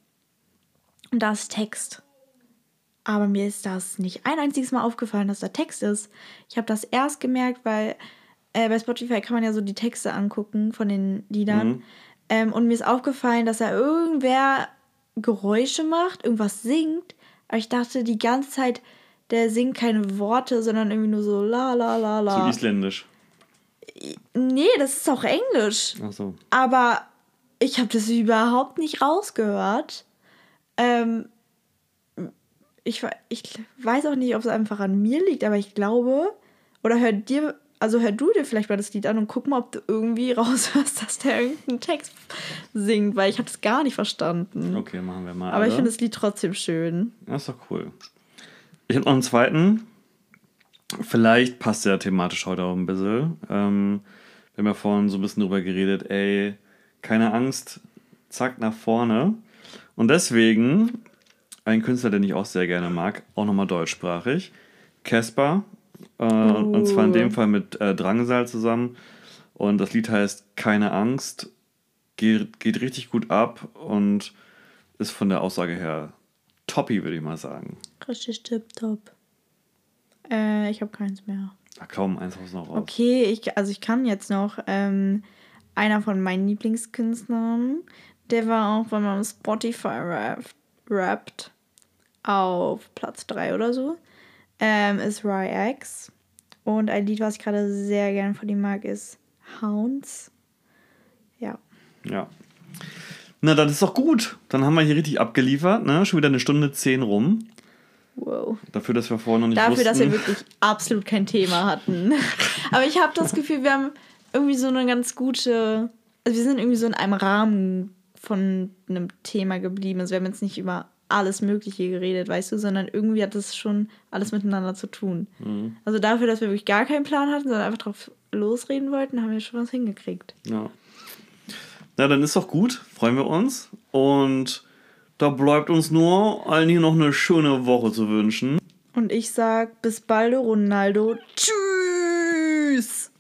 und da ist Text. Aber mir ist das nicht ein einziges Mal aufgefallen, dass da Text ist. Ich habe das erst gemerkt, weil bei Spotify kann man ja so die Texte angucken von den Liedern. Und mir ist aufgefallen, dass da irgendwer Geräusche macht, irgendwas singt. Aber ich dachte die ganze Zeit, der singt keine Worte, sondern irgendwie nur so la la la la. So isländisch. Nee, das ist auch Englisch. Ach so. Aber ich habe das überhaupt nicht rausgehört. Ich weiß auch nicht, ob es einfach an mir liegt, aber ich glaube, oder hör du dir vielleicht mal das Lied an und guck mal, ob du irgendwie raushörst, dass der irgendeinen Text singt, weil ich habe das gar nicht verstanden. Okay, machen wir mal. Aber ich finde das Lied trotzdem schön. Das ist doch cool. Ich habe noch einen zweiten. Vielleicht passt der thematisch heute auch ein bisschen. Wir haben ja vorhin so ein bisschen drüber geredet, keine Angst, zack, nach vorne. Und deswegen ein Künstler, den ich auch sehr gerne mag, auch nochmal deutschsprachig, Casper. Und zwar in dem Fall mit Drangsal zusammen. Und das Lied heißt Keine Angst. Geht richtig gut ab und ist von der Aussage her toppi, würde ich mal sagen. Richtig tipptopp. Ich habe keins mehr. Ach, kaum, eins muss noch raus. Okay, ich kann jetzt noch einer von meinen Lieblingskünstlern, der war auch, wenn man auf Spotify rappt, auf Platz 3 oder so, ist Ry-X. Und ein Lied, was ich gerade sehr gerne von ihm mag, ist Hounds. Ja. Ja. Na, das ist doch gut. Dann haben wir hier richtig abgeliefert, ne? Schon wieder 1:10 rum. Wow. Dafür, dass wir vorher noch nicht wussten. Dass wir wirklich absolut kein Thema hatten. Aber ich habe das Gefühl, wir haben irgendwie so eine ganz gute... Also wir sind irgendwie so in einem Rahmen von einem Thema geblieben. Also wir haben jetzt nicht über alles Mögliche geredet, weißt du, sondern irgendwie hat das schon alles miteinander zu tun. Mhm. Also dafür, dass wir wirklich gar keinen Plan hatten, sondern einfach drauf losreden wollten, haben wir schon was hingekriegt. Ja. Na, dann ist doch gut. Freuen wir uns. Und da bleibt uns nur allen hier noch eine schöne Woche zu wünschen. Und ich sag bis bald, Ronaldo. Tschüss!